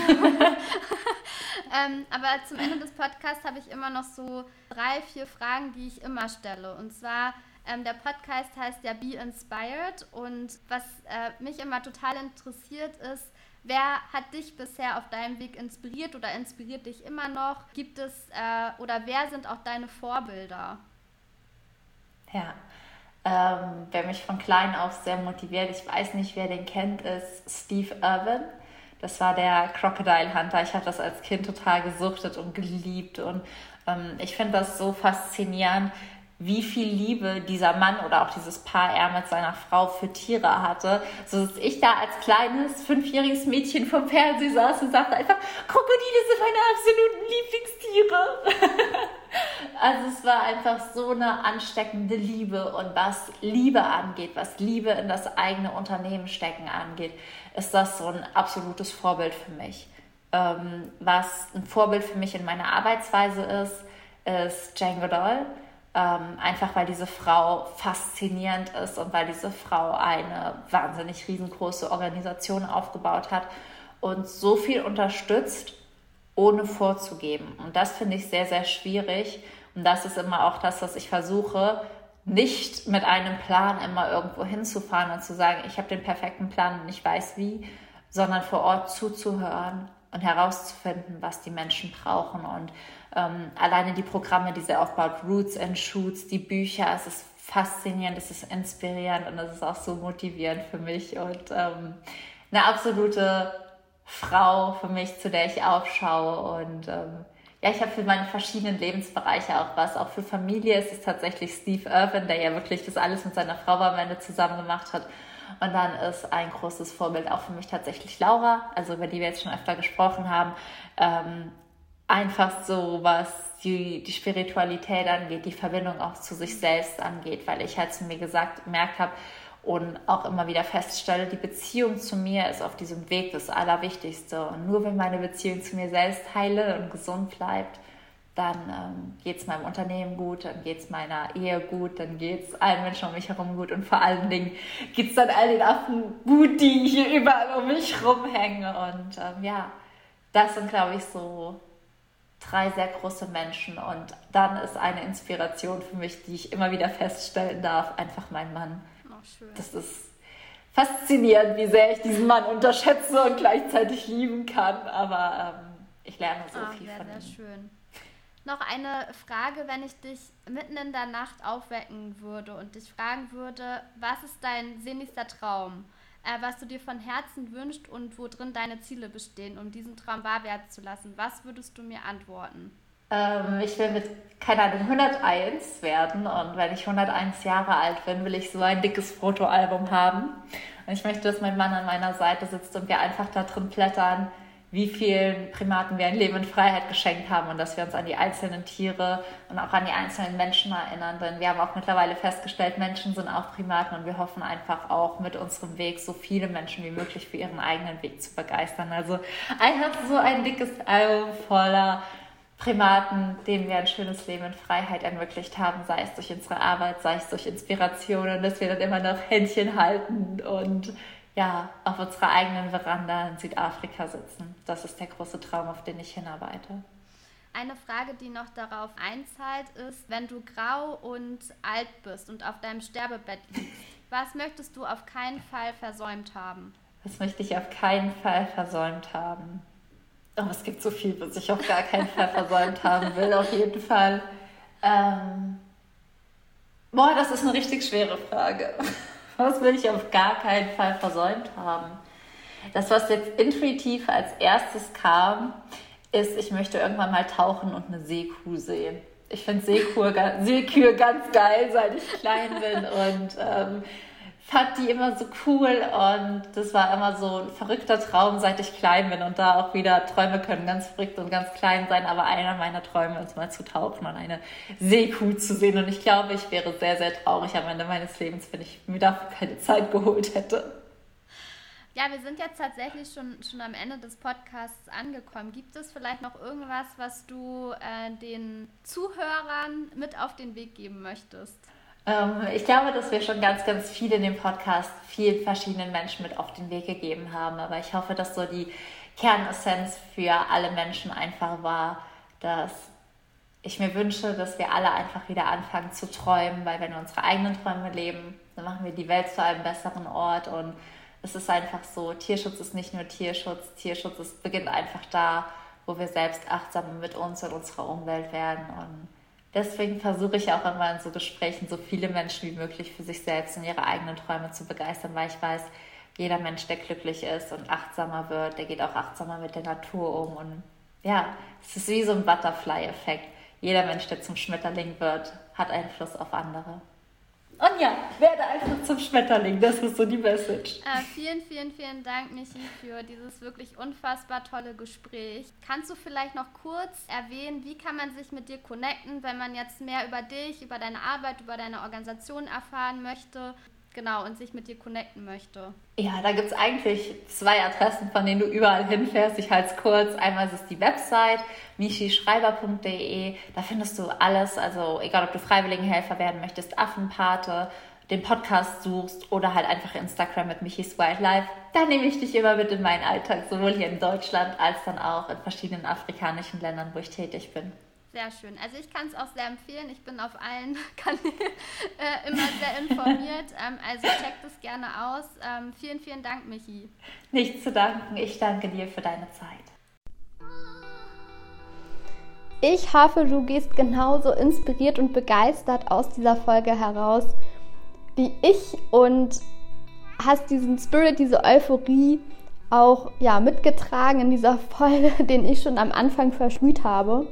aber zum Ende des Podcasts habe ich immer noch so 3, 4 Fragen, die ich immer stelle. Und zwar, der Podcast heißt ja Be Inspired, und was mich immer total interessiert ist, wer hat dich bisher auf deinem Weg inspiriert oder inspiriert dich immer noch? Gibt es, oder wer sind auch deine Vorbilder? Ja. Wer mich von klein auf sehr motiviert, ich weiß nicht, wer den kennt, ist Steve Irwin. Das war der Crocodile Hunter. Ich habe das als Kind total gesuchtet und geliebt. Und ich finde das so faszinierend, wie viel Liebe dieser Mann oder auch dieses Paar er mit seiner Frau für Tiere hatte. So dass ich da als kleines, 5-jähriges Mädchen vom Fernsehen saß und sagte einfach, Krokodile sind meine absoluten Lieblingstiere. Also es war einfach so eine ansteckende Liebe. Und was Liebe angeht, was Liebe in das eigene Unternehmen stecken angeht, ist das so ein absolutes Vorbild für mich. Was ein Vorbild für mich in meiner Arbeitsweise ist Jane Goodall. Einfach weil diese Frau faszinierend ist und weil diese Frau eine wahnsinnig riesengroße Organisation aufgebaut hat und so viel unterstützt, ohne vorzugeben. Und das finde ich sehr, sehr schwierig. Und das ist immer auch das, was ich versuche, nicht mit einem Plan immer irgendwo hinzufahren und zu sagen, ich habe den perfekten Plan und ich weiß wie, sondern vor Ort zuzuhören und herauszufinden, was die Menschen brauchen. Und alleine die Programme, die sie aufbaut, Roots and Shoots, die Bücher, es ist faszinierend, es ist inspirierend und es ist auch so motivierend für mich und eine absolute Frau für mich, zu der ich aufschaue. Und ich habe für meine verschiedenen Lebensbereiche auch was. Auch für Familie ist es tatsächlich Steve Irwin, der ja wirklich das alles mit seiner Frau am Ende zusammen gemacht hat. Und dann ist ein großes Vorbild auch für mich tatsächlich Laura, also über die wir jetzt schon öfter gesprochen haben. Einfach so, was die Spiritualität angeht, die Verbindung auch zu sich selbst angeht, weil ich halt zu mir gemerkt habe und auch immer wieder feststelle, die Beziehung zu mir ist auf diesem Weg das Allerwichtigste. Und nur wenn meine Beziehung zu mir selbst heile und gesund bleibt, dann geht es meinem Unternehmen gut, dann geht es meiner Ehe gut, dann geht es allen Menschen um mich herum gut und vor allen Dingen geht es dann all den Affen gut, die hier überall um mich rumhängen. Und das sind, glaube ich, so 3 sehr große Menschen. Und dann ist eine Inspiration für mich, die ich immer wieder feststellen darf, einfach mein Mann. Oh, schön. Das ist faszinierend, wie sehr ich diesen Mann unterschätze und gleichzeitig lieben kann. Aber ich lerne so viel von ihm. Sehr schön. Noch eine Frage, wenn ich dich mitten in der Nacht aufwecken würde und dich fragen würde, was ist dein sehnlichster Traum, was du dir von Herzen wünschst und wo drin deine Ziele bestehen, um diesen Traum wahr werden zu lassen, was würdest du mir antworten? Ich will mit, keine Ahnung, 101 werden und wenn ich 101 Jahre alt bin, will ich so ein dickes Fotoalbum haben. Und ich möchte, dass mein Mann an meiner Seite sitzt und wir einfach da drin blättern, wie vielen Primaten wir ein Leben in Freiheit geschenkt haben und dass wir uns an die einzelnen Tiere und auch an die einzelnen Menschen erinnern. Denn wir haben auch mittlerweile festgestellt, Menschen sind auch Primaten und wir hoffen einfach auch mit unserem Weg so viele Menschen wie möglich für ihren eigenen Weg zu begeistern. Also einfach so ein dickes Album voller Primaten, denen wir ein schönes Leben in Freiheit ermöglicht haben, sei es durch unsere Arbeit, sei es durch Inspirationen, dass wir dann immer noch Händchen halten und auf unserer eigenen Veranda in Südafrika sitzen. Das ist der große Traum, auf den ich hinarbeite. Eine Frage, die noch darauf einzahlt, ist, wenn du grau und alt bist und auf deinem Sterbebett liegst, was möchtest du auf keinen Fall versäumt haben? Was möchte ich auf keinen Fall versäumt haben? Oh, es gibt so viel, was ich auf gar keinen Fall versäumt haben will, auf jeden Fall. Das ist eine richtig schwere Frage. Was will ich auf gar keinen Fall versäumt haben? Das, was jetzt intuitiv als erstes kam, ist, ich möchte irgendwann mal tauchen und eine Seekuh sehen. Ich finde Seekühe ganz geil, seit ich klein bin und fand die immer so cool und das war immer so ein verrückter Traum, seit ich klein bin und da auch wieder, Träume können ganz verrückt und ganz klein sein, aber einer meiner Träume ist mal zu tauchen und eine Seekuh zu sehen und ich glaube, ich wäre sehr, sehr traurig am Ende meines Lebens, wenn ich mir dafür keine Zeit geholt hätte. Ja, wir sind jetzt tatsächlich schon am Ende des Podcasts angekommen. Gibt es vielleicht noch irgendwas, was du den Zuhörern mit auf den Weg geben möchtest? Ich glaube, dass wir schon ganz, ganz viel in dem Podcast vielen verschiedenen Menschen mit auf den Weg gegeben haben. Aber ich hoffe, dass so die Kernessenz für alle Menschen einfach war, dass ich mir wünsche, dass wir alle einfach wieder anfangen zu träumen, weil wenn wir unsere eigenen Träume leben, dann machen wir die Welt zu einem besseren Ort. Und es ist einfach so, Tierschutz ist nicht nur Tierschutz. Tierschutz beginnt einfach da, wo wir selbst achtsam mit uns und unserer Umwelt werden. Und deswegen versuche ich auch immer in so Gesprächen so viele Menschen wie möglich für sich selbst und ihre eigenen Träume zu begeistern, weil ich weiß, jeder Mensch, der glücklich ist und achtsamer wird, der geht auch achtsamer mit der Natur um. Und es ist wie so ein Butterfly-Effekt. Jeder Mensch, der zum Schmetterling wird, hat Einfluss auf andere. Und werde einfach zum Schmetterling. Das ist so die Message. Vielen, vielen, vielen Dank, Michi, für dieses wirklich unfassbar tolle Gespräch. Kannst du vielleicht noch kurz erwähnen, wie kann man sich mit dir connecten, wenn man jetzt mehr über dich, über deine Arbeit, über deine Organisation erfahren möchte? Genau, und sich mit dir connecten möchte. Ja, da gibt es eigentlich 2 Adressen, von denen du überall hinfährst. Ich halte es kurz. Einmal ist es die Website michischreiber.de. Da findest du alles, also egal, ob du Freiwilligenhelfer werden möchtest, Affenpate, den Podcast suchst oder halt einfach Instagram mit Michis Wildlife. Da nehme ich dich immer mit in meinen Alltag, sowohl hier in Deutschland als dann auch in verschiedenen afrikanischen Ländern, wo ich tätig bin. Sehr schön. Also ich kann es auch sehr empfehlen. Ich bin auf allen Kanälen immer sehr informiert. Also checkt es gerne aus. Vielen, vielen Dank, Michi. Nichts zu danken. Ich danke dir für deine Zeit. Ich hoffe, du gehst genauso inspiriert und begeistert aus dieser Folge heraus wie ich und hast diesen Spirit, diese Euphorie auch mitgetragen in dieser Folge, den ich schon am Anfang versprüht habe.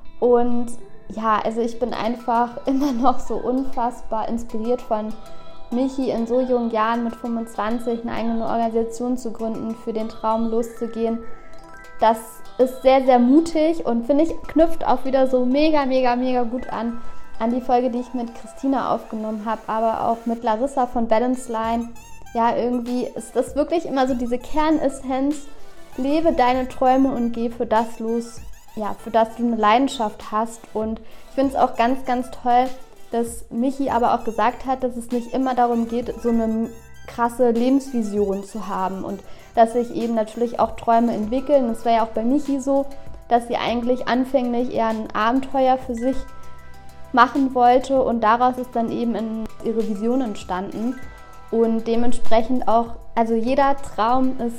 Und also ich bin einfach immer noch so unfassbar inspiriert von Michi in so jungen Jahren mit 25 eine eigene Organisation zu gründen, für den Traum loszugehen, das ist sehr, sehr mutig und finde ich, knüpft auch wieder so mega, mega, mega gut an die Folge, die ich mit Christina aufgenommen habe, aber auch mit Larissa von Balance Line. Ja, irgendwie ist das wirklich immer so diese Kernessenz: Lebe deine Träume und geh für das los, ja, für das du eine Leidenschaft hast. Und ich finde es auch ganz, ganz toll, dass Michi aber auch gesagt hat, dass es nicht immer darum geht, so eine krasse Lebensvision zu haben und dass sich eben natürlich auch Träume entwickeln. Das war ja auch bei Michi so, dass sie eigentlich anfänglich eher ein Abenteuer für sich machen wollte und daraus ist dann eben ihre Vision entstanden. Und dementsprechend auch, also jeder Traum ist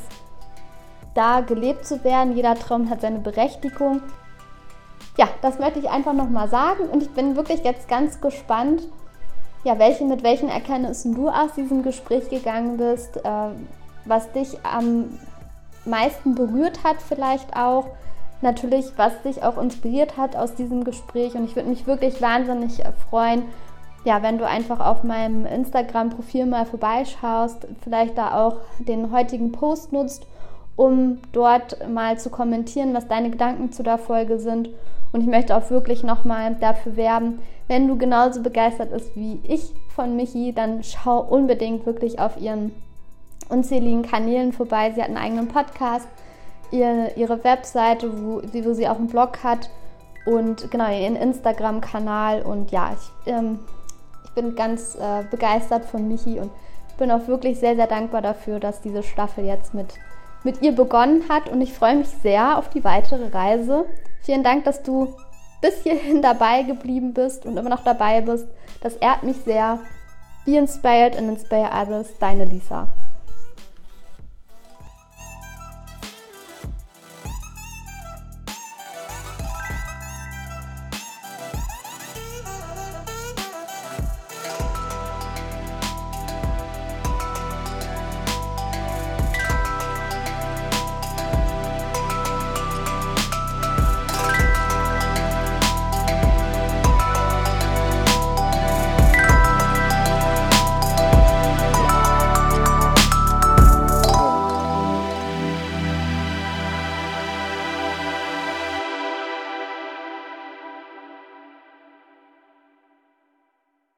da, gelebt zu werden, jeder Traum hat seine Berechtigung. Ja, das möchte ich einfach nochmal sagen und ich bin wirklich jetzt ganz gespannt, ja, mit welchen Erkenntnissen du aus diesem Gespräch gegangen bist, was dich am meisten berührt hat vielleicht auch, natürlich, was dich auch inspiriert hat aus diesem Gespräch. Und ich würde mich wirklich wahnsinnig freuen, ja, wenn du einfach auf meinem Instagram-Profil mal vorbeischaust, vielleicht da auch den heutigen Post nutzt, um dort mal zu kommentieren, was deine Gedanken zu der Folge sind. Und ich möchte auch wirklich nochmal dafür werben, wenn du genauso begeistert bist wie ich von Michi, dann schau unbedingt wirklich auf ihren unzähligen Kanälen vorbei. Sie hat einen eigenen Podcast, ihre Webseite, wo sie auch einen Blog hat und genau ihren Instagram-Kanal. Und ja, ich bin ganz begeistert von Michi und bin auch wirklich sehr, sehr dankbar dafür, dass diese Staffel jetzt mit ihr begonnen hat. Und ich freue mich sehr auf die weitere Reise. Vielen Dank, dass du bis hierhin dabei geblieben bist und immer noch dabei bist. Das ehrt mich sehr. Be inspired and inspire others. Deine Lisa.